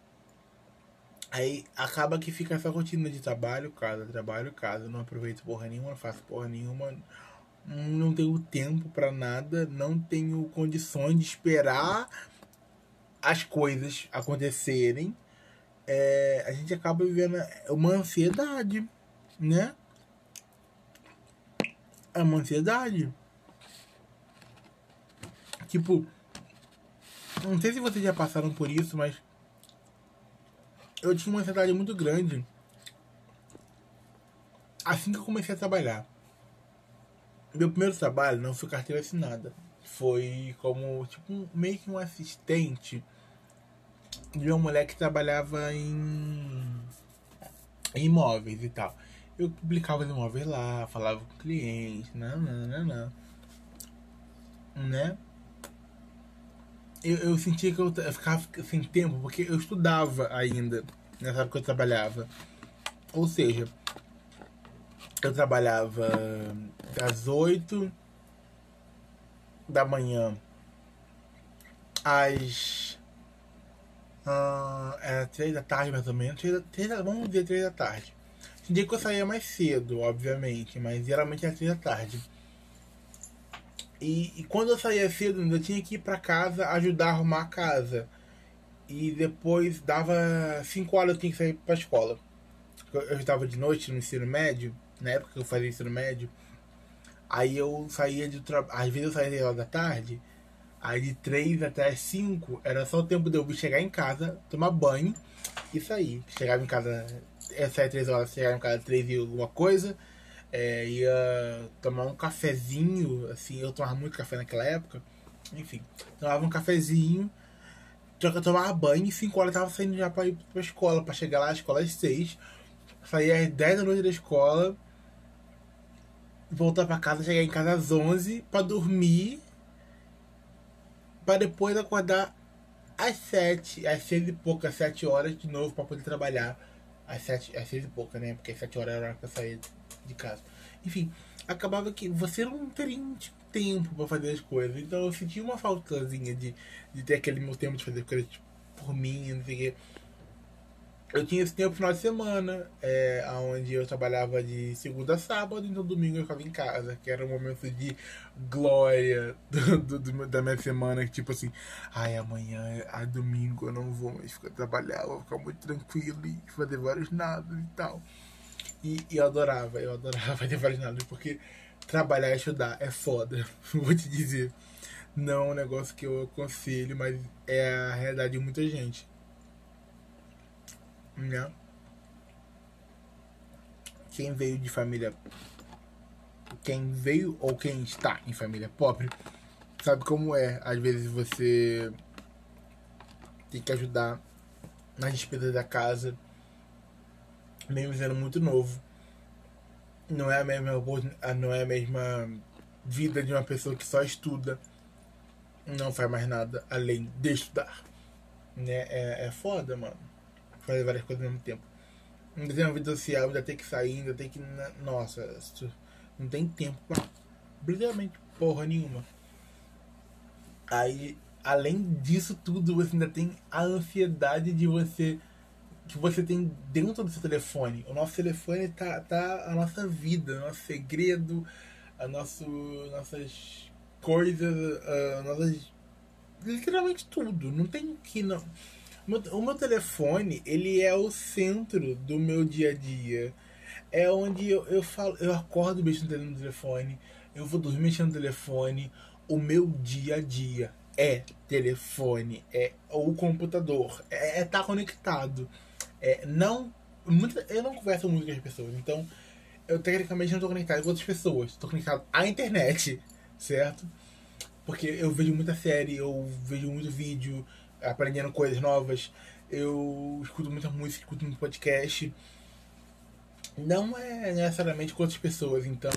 Aí acaba que fica essa rotina de trabalho, casa, trabalho, casa. Não aproveito porra nenhuma, não faço porra nenhuma. Não tenho tempo pra nada. Não tenho condições de esperar as coisas acontecerem. É, a gente acaba vivendo uma ansiedade, né? É uma ansiedade. Tipo, não sei se vocês já passaram por isso, mas eu tinha uma ansiedade muito grande assim que eu comecei a trabalhar. Meu primeiro trabalho não foi carteira assinada. Foi como, tipo, um, meio que um assistente de uma mulher que trabalhava em, em imóveis e tal. Eu publicava os imóveis lá, falava com o cliente, não, não, não, não. Né? Eu, eu sentia que eu, eu ficava sem tempo, porque eu estudava ainda nessa época que eu trabalhava. Ou seja, eu trabalhava das oito da manhã às. Uh, era três da tarde mais ou menos. três, três, vamos dizer três da tarde. Tinha dia que eu saía mais cedo, obviamente, mas geralmente era três da tarde. E, e quando eu saía cedo, eu tinha que ir pra casa ajudar a arrumar a casa. E depois dava cinco horas eu tinha que sair pra escola. Eu, eu estava de noite no ensino médio, na época que eu fazia ensino médio. Aí eu saía de trabalho. Às vezes eu saía às horas da tarde. Aí de três até as cinco era só o tempo de eu chegar em casa, tomar banho e sair. Chegava em casa, eu saía três horas, chegava em casa três e alguma coisa. É, ia tomar um cafezinho, assim, eu tomava muito café naquela época. Enfim, tomava um cafezinho, tomava banho e cinco horas eu tava saindo já pra ir pra escola, pra chegar lá, a escola às seis. Saía às dez da noite da escola, voltar pra casa, chegar em casa às onze pra dormir, pra depois acordar às sete, às seis e pouca, às sete horas de novo pra poder trabalhar. Às sete, às seis e pouca, né? Porque às sete horas era a hora pra sair de casa. Enfim, acabava que você não teria tempo pra fazer as coisas. Então eu sentia uma faltazinha de, de ter aquele meu tempo de fazer coisas tipo, por mim, não sei o quê. eu tinha esse tempo no final de semana, é, onde eu trabalhava de segunda a sábado, então domingo eu ficava em casa, que era um momento de glória do, do- do- da minha semana, que tipo assim, ai, amanhã, a domingo eu não vou mais ficar trabalhar, eu vou ficar muito tranquilo e fazer vários nados e tal. E, e eu adorava, eu adorava fazer vários nados, porque trabalhar e estudar é foda, vou te dizer. Não é um negócio que eu aconselho, mas é a realidade de muita gente, né? Quem veio de família, quem veio ou quem está em família pobre, sabe como é. Às vezes você tem que ajudar nas despesas da casa, mesmo sendo muito novo. Não é a mesma, não é a mesma vida de uma pessoa que só estuda, não faz mais nada além de estudar, né? É, é foda, mano. Fazer várias coisas ao mesmo tempo. Ainda tem uma vida social, ainda tem que sair, ainda tem que. Nossa, não tem tempo pra brilhante porra nenhuma. Aí, além disso tudo, você ainda tem a ansiedade de você. Que você tem dentro do seu telefone. O nosso telefone tá, tá a nossa vida, o nosso segredo, a nosso, nossas coisas, a nossas. Literalmente tudo. Não tem que não. O meu telefone, ele é o centro do meu dia a dia. É onde eu, eu falo, eu acordo mexendo no telefone, eu vou dormir mexendo no telefone. O meu dia a dia é telefone, é o computador, é estar tá conectado. É, não, muita, eu não converso muito com as pessoas, então eu tecnicamente não estou conectado com outras pessoas, estou conectado à internet, certo? Porque eu vejo muita série, eu vejo muito vídeo, aprendendo coisas novas, eu escuto muita música, escuto muito podcast. Não é necessariamente com outras pessoas, então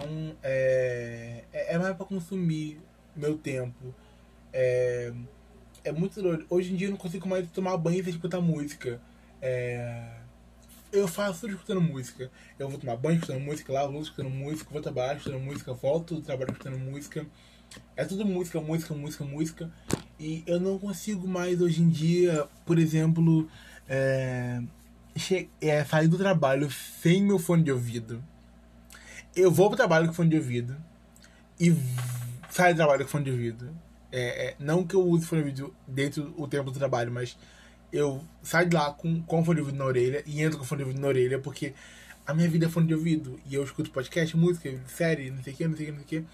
é, é, é mais para consumir meu tempo. É, é muito doido. Hoje em dia eu não consigo mais tomar banho sem escutar música. É, eu faço tudo escutando música. Eu vou tomar banho escutando música, lavo luz escutando música, vou trabalhar escutando música, volto do trabalho escutando música. É tudo música, música, música, música. E eu não consigo mais hoje em dia, por exemplo, é, che- é, sair do trabalho sem meu fone de ouvido. Eu vou pro trabalho com fone de ouvido e v- saio do trabalho com fone de ouvido. É, é, não que eu use fone de ouvido dentro do tempo do trabalho, mas eu saio de lá com, com fone de ouvido na orelha e entro com fone de ouvido na orelha porque a minha vida é fone de ouvido. E eu escuto podcast, música, série, não sei o que, não sei o que, não sei o que.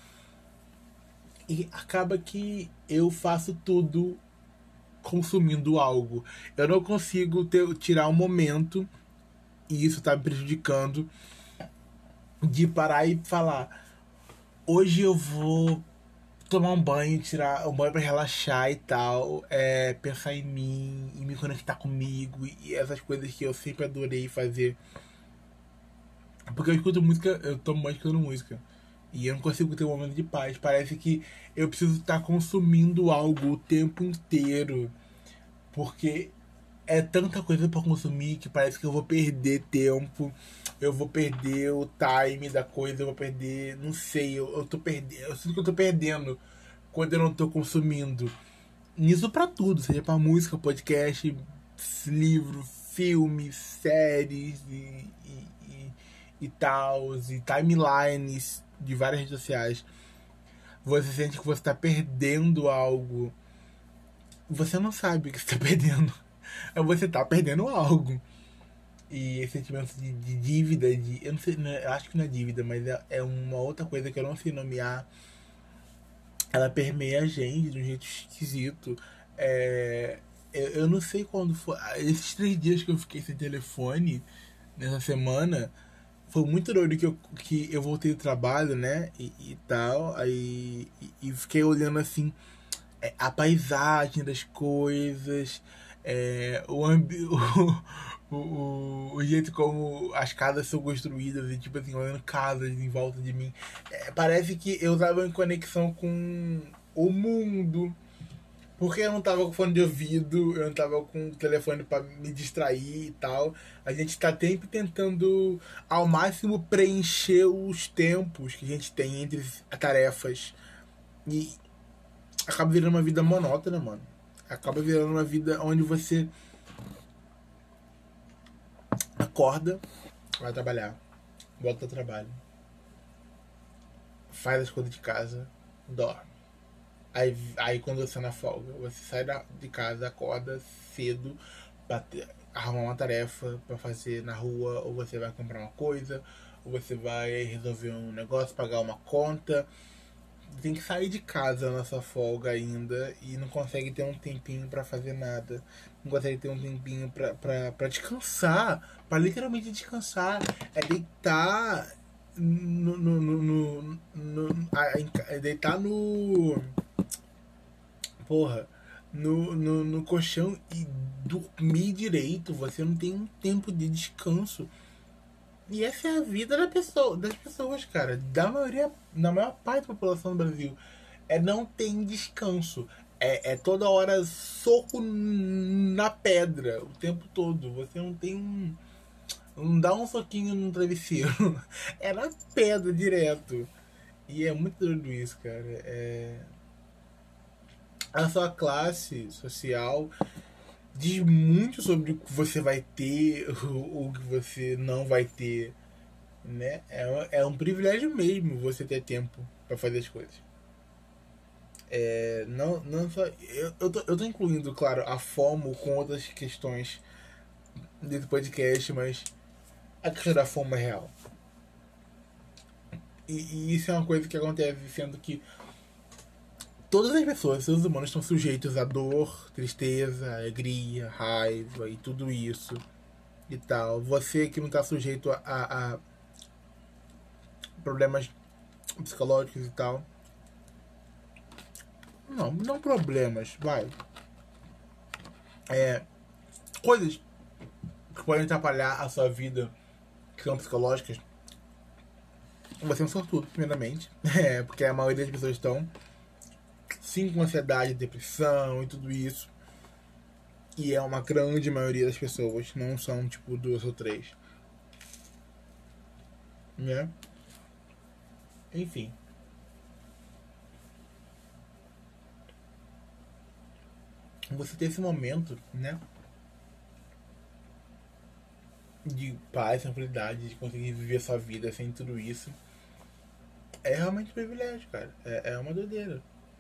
E acaba que eu faço tudo consumindo algo. Eu não consigo ter, tirar um momento, e isso tá me prejudicando, de parar e falar: hoje eu vou tomar um banho, tirar um banho pra relaxar e tal, é, pensar em mim, e me conectar comigo, e essas coisas que eu sempre adorei fazer. Porque eu escuto música, eu tomo banho escutando música. E eu não consigo ter um momento de paz. Parece que eu preciso estar consumindo algo o tempo inteiro. Porque é tanta coisa pra consumir que parece que eu vou perder tempo. Eu vou perder o time da coisa. Eu vou perder. Não sei. Eu, eu tô perdendo. Eu sinto que eu tô perdendo quando eu não tô consumindo. Nisso pra tudo. Seja pra música, podcast, livro, filmes, séries e, e, e, e tal. E timelines de várias redes sociais. Você sente que você tá perdendo algo. Você não sabe o que você tá perdendo. Você tá perdendo algo. E esse sentimento de, de dívida, de. Eu não sei, não é- eu acho que não é dívida, mas é, é uma outra coisa que eu não sei nomear. Ela permeia a gente de um jeito esquisito. É, eu, eu não sei quando foi. Esses três dias que eu fiquei sem telefone, nessa semana, foi muito doido que eu, que eu voltei do trabalho, né? E, e tal. Aí. E, e fiquei olhando assim é, a paisagem das coisas, é, o, ambi o, o, o jeito como as casas são construídas e tipo assim, olhando casas em volta de mim. É, parece que eu estava em conexão com o mundo. Porque eu não tava com fone de ouvido, eu não tava com o telefone pra me distrair e tal. A gente tá sempre tentando ao máximo preencher os tempos que a gente tem entre as tarefas. E acaba virando uma vida monótona, mano. Acaba virando uma vida onde você acorda, vai trabalhar, volta ao trabalho, faz as coisas de casa, dorme. Aí, aí quando você é na folga, você sai da, de casa, acorda cedo, pra ter, arrumar uma tarefa pra fazer na rua, ou você vai comprar uma coisa, ou você vai resolver um negócio, pagar uma conta. Tem que sair de casa na sua folga ainda e não consegue ter um tempinho pra fazer nada. Não consegue ter um tempinho pra, pra, pra descansar, pra literalmente descansar. É deitar no... no, no, no, no é deitar no... Porra... No, no, no colchão e dormir direito. Você não tem um tempo de descanso. E essa é a vida da pessoa, das pessoas, cara. Da maioria, na maior parte da população do Brasil. É não tem descanso. É, é toda hora soco na pedra o tempo todo. Você não tem um... Não dá um soquinho no travesseiro. É na pedra direto. E é muito doido isso, cara. É... A sua classe social diz muito sobre o que você vai ter ou o que você não vai ter, né? É, é um privilégio mesmo você ter tempo para fazer as coisas. É, não, não só, eu, eu, tô, eu tô incluindo, claro, a FOMO com outras questões desse podcast, mas a questão da FOMO é real. E, e isso é uma coisa que acontece, sendo que todas as pessoas, seres humanos, estão sujeitos a dor, tristeza, alegria, raiva e tudo isso e tal. Você que não está sujeito a, a, a problemas psicológicos e tal. Não, não problemas, vai. É, coisas que podem atrapalhar a sua vida, que são psicológicas. Você é um sortudo, primeiramente. É, porque a maioria das pessoas estão sim com ansiedade, depressão e tudo isso. E é uma grande maioria das pessoas, não são tipo duas ou três, né? Enfim. Você ter esse momento, né, de paz, tranquilidade, de conseguir viver a sua vida sem tudo isso, é realmente um privilégio, cara. É, é uma doideira.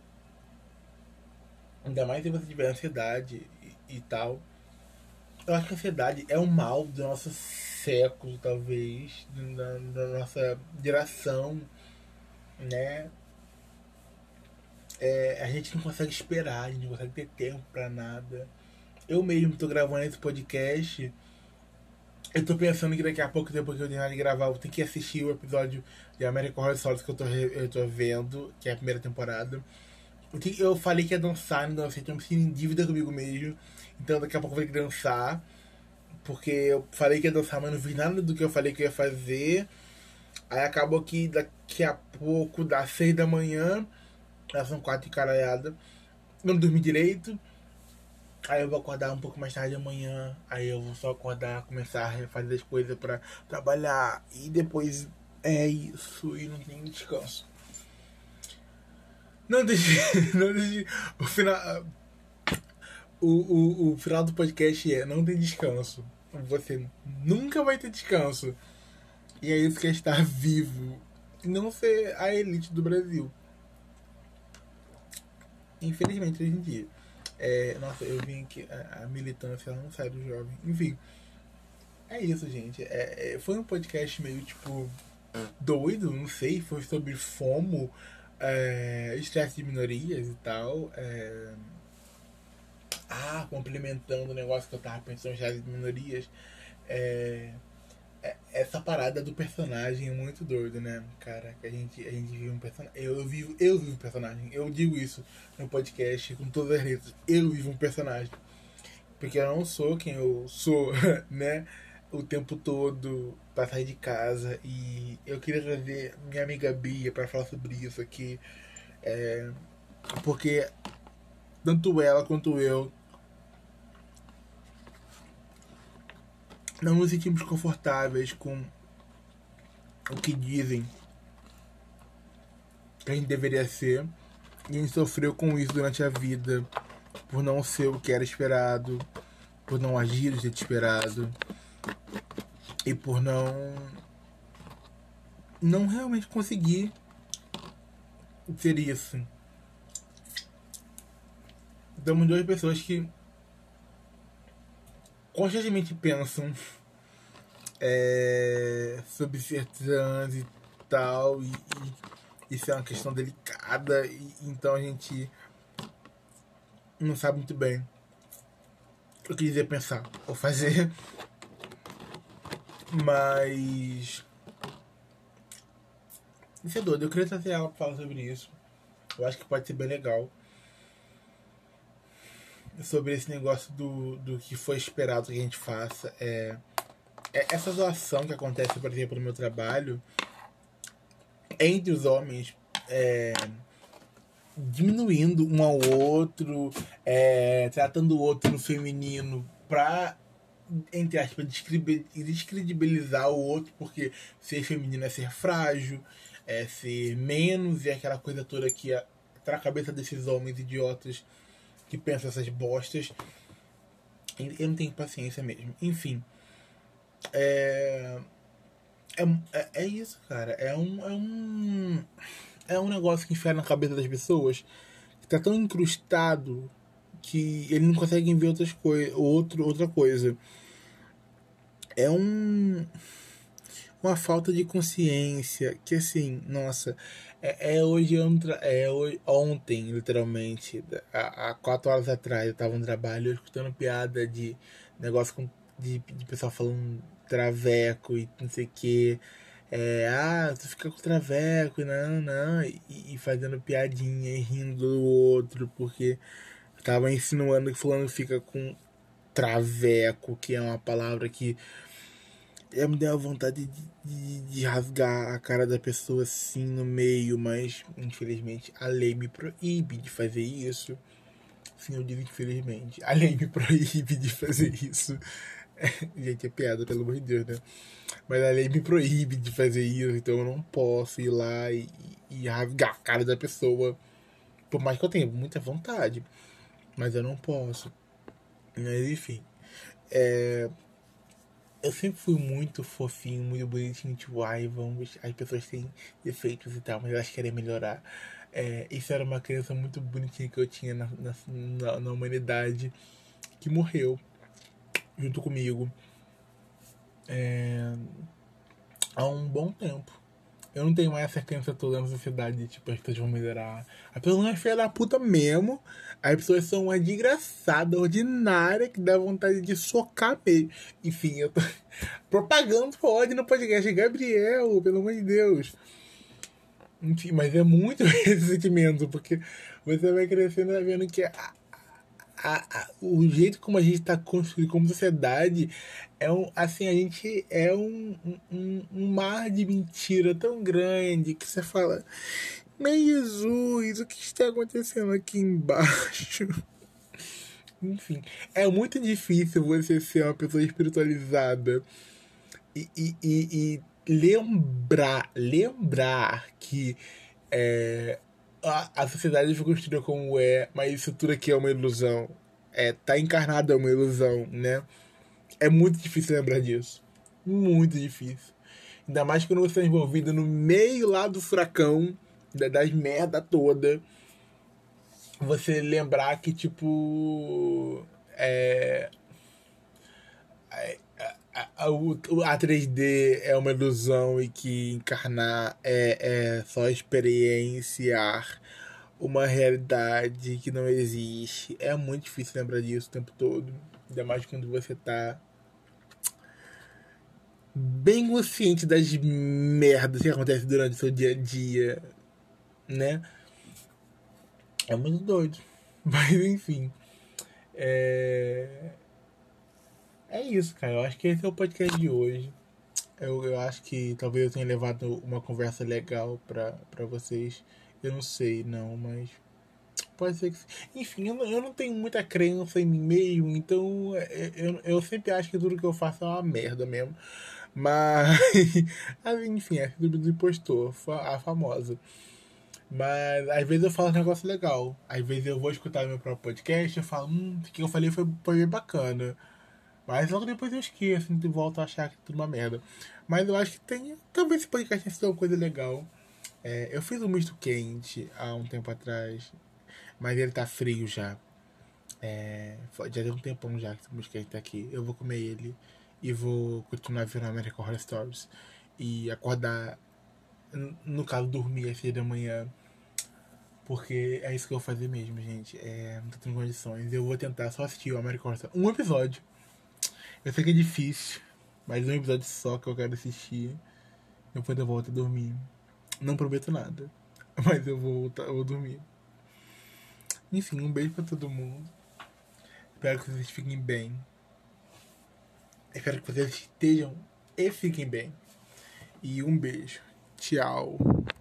Ainda mais se você tiver ansiedade e, e tal. Eu acho que a ansiedade é um mal do nosso século, talvez, da, da nossa geração, né? É, a gente não consegue esperar, a gente não consegue ter tempo pra nada. Eu mesmo tô gravando esse podcast. Eu tô pensando que daqui a pouco, depois que eu terminar de gravar, eu vou ter que assistir o episódio de American Horror Stories que eu tô, eu tô vendo, que é a primeira temporada. Eu falei que ia dançar, não dancei, tô me sentindo em dívida comigo mesmo. Então daqui a pouco eu vou ter que dançar. Porque eu falei que ia dançar, mas não vi nada do que eu falei que eu ia fazer. Aí acabou que daqui a pouco, das seis da manhã, elas são quatro e caralhada, eu não dormi direito. Aí eu vou acordar um pouco mais tarde amanhã. Aí eu vou só acordar, começar a fazer as coisas pra trabalhar. E depois é isso, e não tem descanso. Não deixe, não deixe, o final, o, o, o final do podcast é, não tem descanso. Você nunca vai ter descanso. E é isso que é estar vivo. E não ser a elite do Brasil. Infelizmente, hoje em dia. É, nossa, eu vim aqui, a, a militância ela não sai do jovem. Enfim, é isso, gente. É, é, foi um podcast meio, tipo, doido, não sei. Foi sobre FOMO, é, estresse de minorias e tal. É... Ah, complementando o negócio que eu tava pensando, estresse de minorias. É... Essa parada do personagem é muito doido, né? Cara, que a gente, a gente vive um personagem. Eu, eu, vivo, eu vivo um personagem. Eu digo isso no podcast com todas as letras. Eu vivo um personagem. Porque eu não sou quem eu sou, né? O tempo todo pra sair de casa. E eu queria trazer minha amiga Bia pra falar sobre isso aqui. É, porque tanto ela quanto eu não nos sentimos confortáveis com o que dizem que a gente deveria ser. E a gente sofreu com isso durante a vida, por não ser o que era esperado, por não agir do jeito esperado. E por não não realmente conseguir ser isso. Temos duas pessoas que constantemente pensam é, sobre ser trans e tal, e, e isso é uma questão delicada, e então a gente não sabe muito bem o que dizer, pensar ou fazer. Mas isso é doido, eu queria trazer ela pra falar sobre isso. Eu acho que pode ser bem legal. Sobre esse negócio do, do que foi esperado que a gente faça. É, é essa doação que acontece, por exemplo, no meu trabalho, entre os homens, é, diminuindo um ao outro, é, tratando o outro no feminino pra, entre aspas, descredibilizar o outro, porque ser feminino é ser frágil, é ser menos, e aquela coisa toda que tá na cabeça desses homens idiotas que pensam essas bostas. Eu não tenho paciência mesmo. Enfim. É... É, é isso, cara. É um, é um... É um negócio que enfia na cabeça das pessoas, que tá tão incrustado que eles não conseguem ver outras coi- outro, outra coisa. É um... Uma falta de consciência que, assim, nossa, é, é hoje, é hoje, ontem, literalmente, há, há quatro horas atrás, eu tava no trabalho, eu escutando piada de negócio com, de, de pessoal falando traveco e não sei o que, é, ah, tu fica com traveco, não, não, e, e fazendo piadinha e rindo do outro, porque tava insinuando que fulano fica com traveco, que é uma palavra que eu me deu a vontade de, de, de rasgar a cara da pessoa assim no meio, mas infelizmente a lei me proíbe de fazer isso. Sim, eu digo infelizmente. A lei me proíbe de fazer isso. Gente, é piada, pelo amor de Deus, né? Mas a lei me proíbe de fazer isso, então eu não posso ir lá e, e rasgar a cara da pessoa. Por mais que eu tenha muita vontade. Mas eu não posso. Mas enfim. É... Eu sempre fui muito fofinho, muito bonitinho, tipo, ai, vamos, as pessoas têm defeitos e tal, mas elas querem melhorar. É, isso era uma criança muito bonitinha que eu tinha na, na, na humanidade, que morreu junto comigo é, há um bom tempo. Eu não tenho mais essa crença toda na sociedade, tipo, as pessoas vão melhorar. A pessoa não é filha da puta mesmo. As pessoas são uma desgraçada, ordinária, que dá vontade de socar mesmo. Enfim, eu tô propagando pode no podcast. Gabriel, pelo amor de Deus. Enfim, mas é muito esse sentimento, porque você vai crescendo vendo que a, a, a, o jeito como a gente está construído como sociedade é um, assim, a gente é um, um, um mar de mentira tão grande que você fala, meu Jesus, o que está acontecendo aqui embaixo? Enfim, é muito difícil você ser uma pessoa espiritualizada e, e, e, e lembrar, lembrar que é, a, a sociedade foi construída como é, mas isso tudo aqui é uma ilusão. É, tá encarnado é uma ilusão, né? É muito difícil lembrar disso. Muito difícil. Ainda mais quando você é envolvido no meio lá do furacão, das merda toda. Você lembrar que, tipo... É... A, a, a três D é uma ilusão e que encarnar é, é só experienciar uma realidade que não existe. É muito difícil lembrar disso o tempo todo. Ainda mais quando você tá bem consciente das merdas que acontecem durante o seu dia a dia, né? É muito doido. Mas enfim. É... É isso, cara. Eu acho que esse é o podcast de hoje. Eu, eu acho que talvez eu tenha levado uma conversa legal pra, pra vocês. Eu não sei, não, mas... Pode ser que... Enfim, eu não, eu não tenho muita crença em mim mesmo, então eu, eu sempre acho que tudo que eu faço é uma merda mesmo. Mas... enfim, é do, do impostor, a famosa. Mas às vezes eu falo um negócio legal. Às vezes eu vou escutar meu próprio podcast e eu falo, hum, o que eu falei foi, foi bem bacana. Mas logo depois eu esqueço e volto a achar que tudo uma merda. Mas eu acho que tem. Talvez esse podcast tenha sido uma coisa legal. É, eu fiz um misto quente há um tempo atrás. Mas ele tá frio já. É, já deu um tempão já que esse misto quente tá aqui. Eu vou comer ele. E vou continuar vendo American Horror Stories. E acordar. No caso, dormir às seis da manhã. Porque é isso que eu vou fazer mesmo, gente. É, não tô tendo condições. Eu vou tentar só assistir o American Horror Stories. Um episódio. Eu sei que é difícil, mas um episódio só que eu quero assistir. Depois eu volto a dormir. Não prometo nada, mas eu vou, voltar, eu vou dormir. Enfim, um beijo pra todo mundo. Espero que vocês fiquem bem. Espero que vocês estejam e fiquem bem. E um beijo. Tchau.